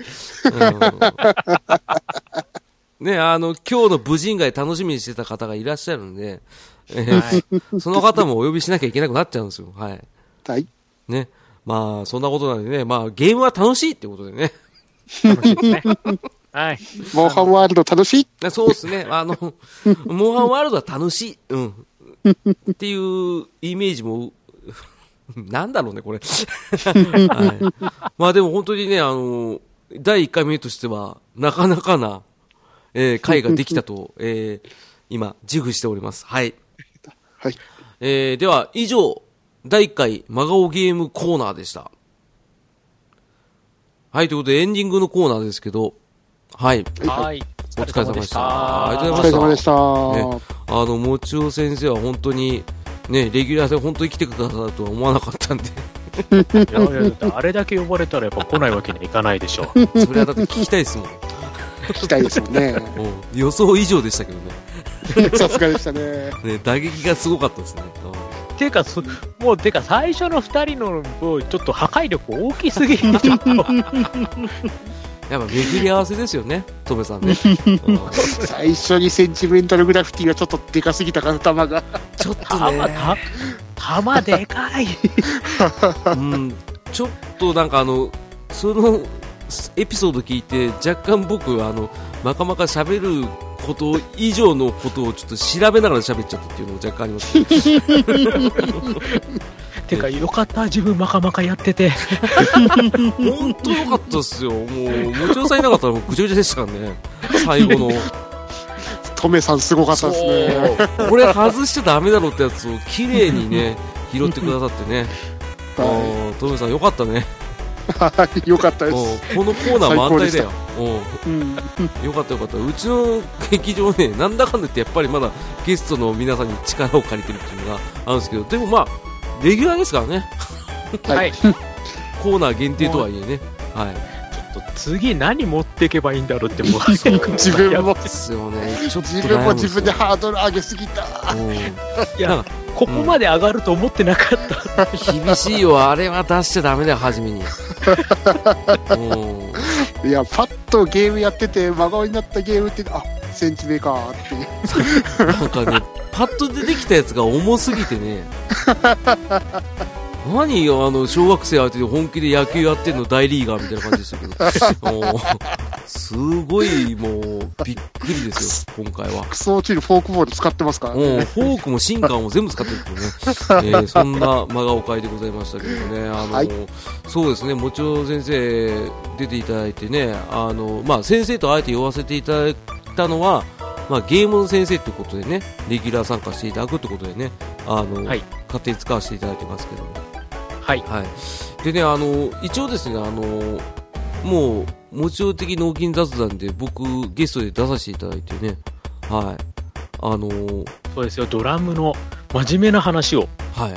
うん、ね、あの今日の武人街楽しみにしてた方がいらっしゃるんで、えーはい、その方もお呼びしなきゃいけなくなっちゃうんですよ。はい。 はい。 ね、まあそんなことなんでね、まあゲームは楽しいってことでね。 楽しいですね。はい。 モンハンワールド楽しい？ そうですね。あの、モンハンワールドは楽しい。うん。っていうイメージも、なんだろうね、これ。はい。まあでも本当にね、あの、だいいっかいめとしては、なかなかな、えー、回ができたと、えー、今、自負しております。はい。 はい。 えー、では、以上、だいいっかい真顔ゲームコーナーでした。はい、ということでエンディングのコーナーですけど、はい。 はい。 お疲れ様でした。ありがとうございました。 お疲れ様でした。ね、あの、もちお先生は本当に、ね、レギュラーで本当に来てくださるとは思わなかったんで。 いやいや、あれだけ呼ばれたらやっぱ来ないわけにはいかないでしょう。 それはだって聞きたいですもん。 聞きたいですもんね。 予想以上でしたけどね。 さすがでしたね。 ね、打撃がすごかったですね。 ていうか、もう、てか、最初のふたりの、ちょっと破壊力大きすぎる。ちょっとやっぱ巡り合わせですよね、トメさんね。 最初にセンチメンタルグラフィティがちょっとでかすぎたから、球が。 ちょっとね。 球でかい。 うん、ちょっとなんかあの、そのエピソード聞いて、若干僕、あの、まかまか喋ること以上のことをちょっと調べながら喋っちゃったっていうのも若干ありますけど。 てか、よかった、自分まかまかやってて。 本当よかったっすよ。もう、もちろんさんいなかったらもうぐちゃぐちゃでしたからね。最後の。 トメさんすごかったですね。 これ外しちゃダメだろうってやつを綺麗にね、拾ってくださってね。はい、トメさんよかったね。 よかったです。 このコーナー満載だよ。うん、よかったよかった。うちの劇場ね、なんだかんだ言ってやっぱりまだゲストの皆さんに力を借りてるっていうのがあるんですけど、でもまあ、レギュラーですからね。 はい。 コーナー限定とはいえね。はい。 ちょっと次何持っていけばいいんだろうってもう自分もですよね。 ちょっと自分も自分でハードル上げすぎた。 いや、ここまで上がると思ってなかった。 厳しいよ。あれは出しちゃダメだよ、初めに。 いや、パッとゲームやってて真顔になったゲームってあ、センチメかーっていう。 なんかね、パッと出てきたやつが重すぎてね。何よ、あの小学生相手で本気で野球やってんの大リーガーみたいな感じでしたけどすごいもうびっくりですよ今回は。 クソ落ちるフォークボール使ってますからね。 フォークもシンカーも全部使ってるっていうね、えー、そんな真顔会でございましたけどね。あの、はい、そうですね、もちろん先生出ていただいてね、あの、まあ、先生とあえて呼ばせていただいたのは、まあ、ゲームの先生ってことでね、レギュラー参加していただくってことでね、あの、はい、勝手に使わせていただいてますけども、 はい、 はい、でね、あの一応ですね、あのもうもちろん的脳筋雑談で僕ゲストで出させていただいてね、はい、あのそうですよ、ドラムの真面目な話を、はい、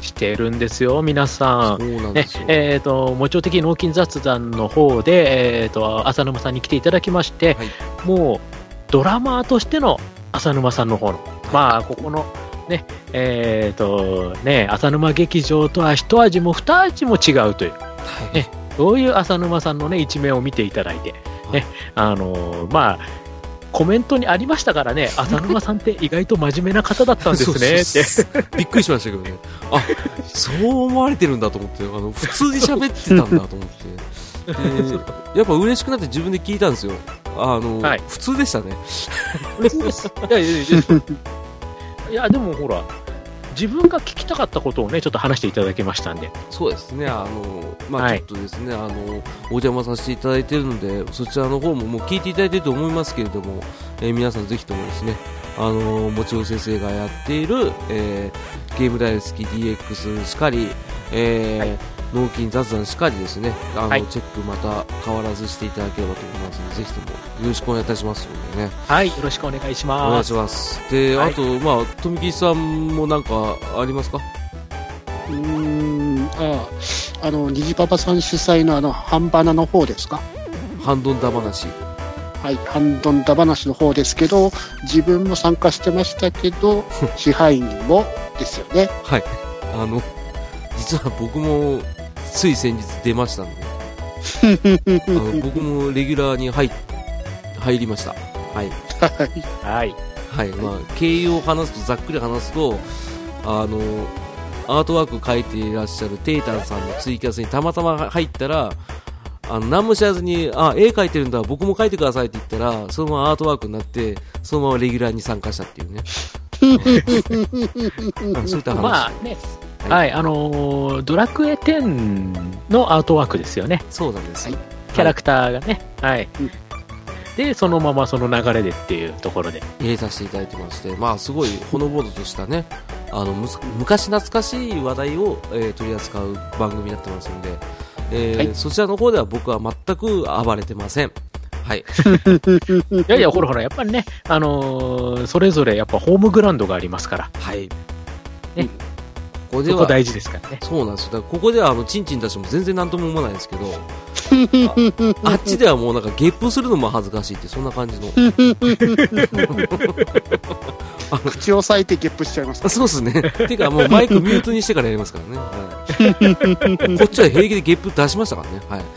してるんですよ皆さん。 そうなんですよ、ね、 えーともちろん的脳筋雑談の方で、えーと浅沼さんに来ていただきまして、はい、もうドラマーとしての浅沼さんの方の、はい、まあここのねえーとね、浅沼劇場とは一味も二味も違うという、はいね、そういう浅沼さんの、ね、一面を見ていただいて、ね、はい、あのー、まあコメントにありましたからね、浅沼さんって意外と真面目な方だったんですねってびっくりしましたけどね、あ、そう思われてるんだと思って、あの普通に喋ってたんだと思ってでやっぱ嬉しくなって自分で聞いたんですよ。あの、はい、普通でしたね。 普通です。いやいやいやいやでもほら自分が聞きたかったことをねちょっと話していただきましたんで。 そうですね、あのまあちょっとですね、はい、あのお邪魔させていただいているのでそちらの方ももう聞いていただいていると思いますけれども、えー、皆さんぜひともですね、あのもちろん先生がやっている、えー、ゲーム大好き ディーエックス しかり、えーはい、脳筋雑談しかりですね、あの、はい、チェックまた変わらずしていただければと思いますので、ぜひともよろしくお願いいたしますのでね。 はい、よろしくお願いします。 お願いします。で、はい、あとまあ富木さんもなんかありますか？ うーん、ああ、あの虹パパさん主催のあのハンバナの方ですか？ ハンドンダ話。 はい、ハンドンダ話の方ですけど、自分も参加してましたけど支配人もですよね。 はい、あの実は僕もつい先日出ましたのであの僕もレギュラーに 入, 入りました。はいはいはい、まあ経緯を話すと、ざっくり話すと、あのアートワーク描いていらっしゃるテイタンさんのツイキャスにたまたま入ったら、 あの何も知らずに、あ、絵描いてるんだ、僕も描いてくださいって言ったら、そのままアートワークになって、そのままレギュラーに参加したっていうね。そういった話。 まあね、はい、はい、あのー、ドラクエテンのアートワークですよね。 そうなんです。はい、 キャラクターがね、はい。うん、で、そのままその流れでっていうところで。 入れさせていただいてまして、まあ、すごいほのぼのとしたね、あの、む昔懐かしい話題を、えー、取り扱う番組になってますので、えーはい、そちらの方では僕は全く暴れてません。はい。 いやいや、ほらほら、やっぱりね、あのー、それぞれやっぱホームグラウンドがありますから。 はい。 ね。ここではそこ大事ですからね。 そうなんですよ。だからここではあのチンチン出しても全然なんとも思わないですけど、あ, あっちではもうなんかゲップするのも恥ずかしいってそんな感じの。 口を裂いてゲップしちゃいますか。 そうですね。てかもうマイクミュートにしてからやりますからね。はい、こっちは平気でゲップ出しましたからね。はい。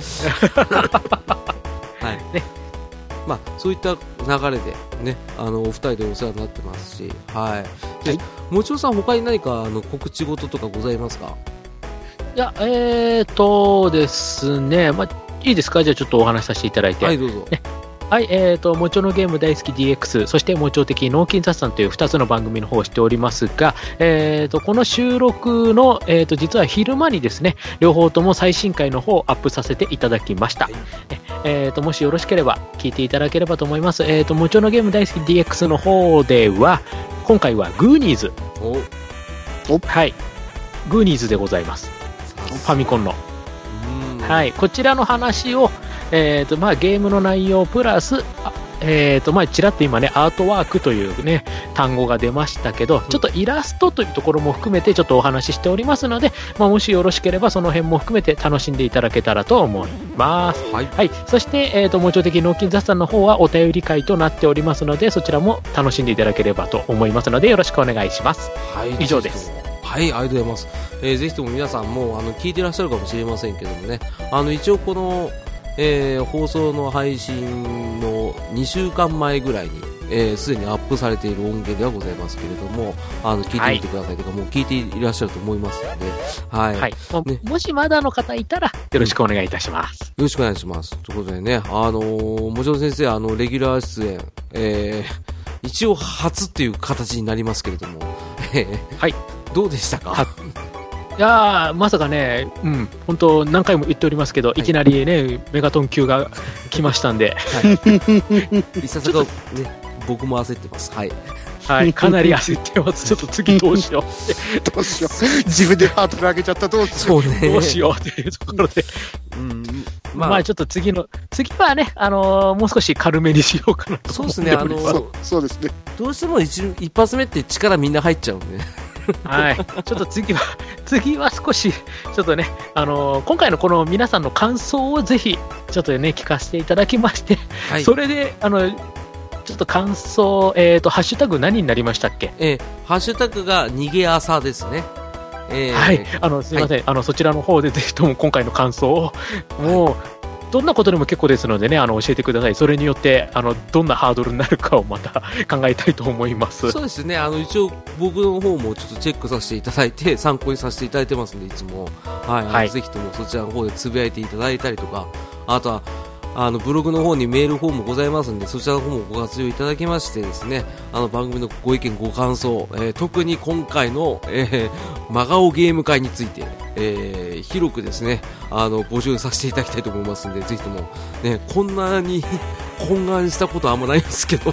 はい。ね。まあそういった流れでね、あのお二人でお世話になってますし、はい。で、はい、もちろんさん他に何かあの告知事とかございますか？ いや、えーとですね、まあいいですか？じゃあちょっとお話しさせていただいて。 はい、どうぞ。 ね、はい、えーと、もちょのゲーム大好き ディーエックス、そしてもちょ的脳筋雑談というふたつの番組の方をしておりますが、えーと、この収録の、えーと、実は昼間にですね、両方とも最新回の方をアップさせていただきました。はい、えーと、もしよろしければ聞いていただければと思います。えーと、もちょのゲーム大好き ディーエックス の方では、今回はグーニーズ。 おおはい。グーニーズでございます。ファミコンの。はい。こちらの話を、えーとまあ、ゲームの内容プラス、えーとまあ、ちらっと今ね、アートワークという、ね、単語が出ましたけど、ちょっとイラストというところも含めてちょっとお話ししておりますので、まあ、もしよろしければその辺も含めて楽しんでいただけたらと思います。はい。はい、そして、えーと、もうちょい的脳筋雑談の方はお便り会となっておりますので、そちらも楽しんでいただければと思いますので、よろしくお願いします。 はい。 以上です。 はい、ありがとうございます。えー、ぜひとも皆さんもあの聞いていらっしゃるかもしれませんけどもね、あの一応このえー、放送の配信のにしゅうかんまえぐらいにすで、えー、にアップされている音源ではございますけれども、あの聞いてみてくださいというか、はい、もう聞いていらっしゃると思いますので、はい、 はい、ね、もしまだの方いたらよろしくお願いいたします。 よろしくお願いします。ということでね、あのー、もちろん先生、あのレギュラー出演、えー、一応初っていう形になりますけれども、 はい、 どうでしたか？ いやーまさかね、うん、本当何回も言っておりますけど、はい、いきなりねメガトン級が来ましたんで、 はい、いささかね僕も焦ってます。はい。 はい、かなり焦ってます。ちょっと次どうしようどうしよう自分でハードル上げちゃったどうしよう、 ね、どうしようっていうところで、うん、まあ、まあちょっと次の次はね、あのー、もう少し軽めにしようかなと思っております。 そうですね、あのー、 そう、そうですね。 どうしても 一, 一発目って力みんな入っちゃうんで、ね。 はい、ちょっと次は、次は少し、ちょっとね、あのー、今回のこの皆さんの感想をぜひ、ちょっとね、聞かせていただきまして、はい、それで、あの、ちょっと感想、えっと、ハッシュタグ何になりましたっけ？ えー、ハッシュタグが逃げ朝ですね。 えー、はい、あの、すみません、はい、あの、そちらの方でぜひとも今回の感想を、もう、はい、どんなことでも結構ですのでね、あの教えてください。それによってあのどんなハードルになるかをまた考えたいと思います。 そうですね、あの一応僕の方もちょっとチェックさせていただいて参考にさせていただいてますので、いつも、はいはい、ぜひともそちらの方でつぶやいていただいたりとか、あとはあのブログの方にメールフォームございますので、そちらの方もご活用いただきましてですね、あの番組のご意見ご感想、えー、特に今回の、えー、真顔ゲーム会について、えー、広くですねあの募集させていただきたいと思いますので、ぜひとも、ね、こんなに懇願したことはあんまないんですけど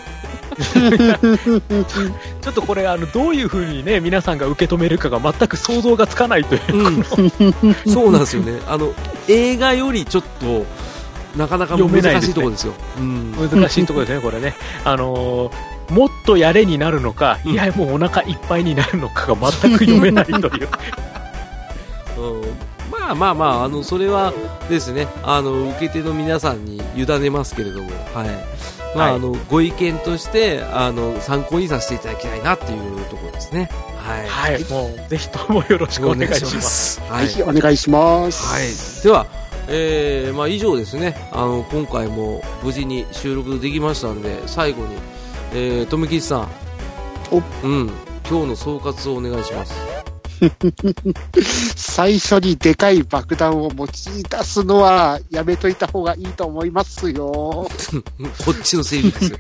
ちょっとこれあのどういう風にね皆さんが受け止めるかが全く想像がつかないという、うん、 そうなんですよね。あの映画よりちょっとなかなか難しいところですよ。うん、 難しいところですね、これね。あのー、もっとやれになるのか、いや、もうお腹いっぱいになるのかが全く読めないという。うん、 まあまあまあ、あのそれはですね、あの受け手の皆さんに委ねますけれども、はい。まあ、はい、あのご意見としてあの参考にさせていただきたいなっていうところですね。はい。 はい、もうぜひともよろしくお願いします。 はい、お願いします。 はい。では。えーまあ、以上ですね。あの今回も無事に収録できましたんで、最後に、えー、富吉さん、 お、 うん、今日の総括をお願いします。 最初にでかい爆弾を持ち出すのはやめといた方がいいと思いますよ。 こっちのせいですよ。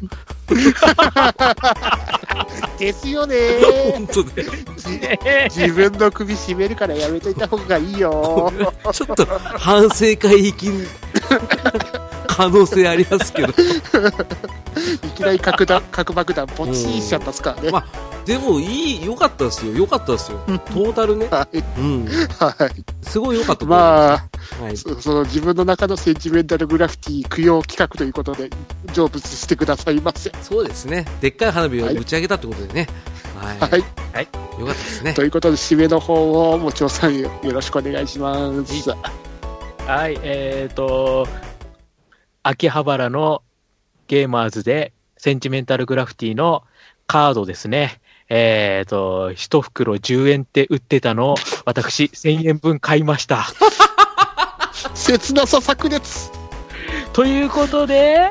ですよね。 本当で。 自分の首絞めるからやめといた方がいいよ。 ちょっと反省会行き可能性ありますけど。 いきなり核弾、核爆弾ポチーしちゃったっすからね。 まあ、でもいい、良かったですよ。良かったですよ。トータルね。 はい。 うん。 はい。 すごい良かったと思います。 まあ、はい、そ, その自分の中のセンチメンタルグラフィティ供養企画ということで成仏してくださいませ。 そうですね。でっかい花火を打ち上げたってことでね。はい。はい。はい、よかったですね。 ということで締めの方をもちおさんよろしくお願いします。 はい。えっ、ー、と秋葉原のゲーマーズでセンチメンタルグラフィティのカードですね。えっ、ー、と、一袋じゅうえんって売ってたのを、私、せんえんぶん買いました。 切なさ炸裂ということで、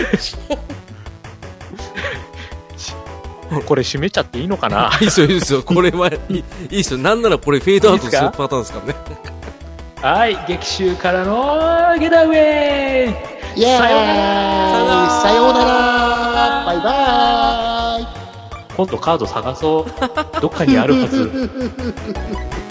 これ閉めちゃっていいのかな。 いいですよ、いいですよ。これはいい、いいですよ。なんならこれフェードアウトするパターンですからね。 はい、劇集からのゲダウェイイエーイさようならさようならバイバーイ今度カード探そう。どっかにあるはず。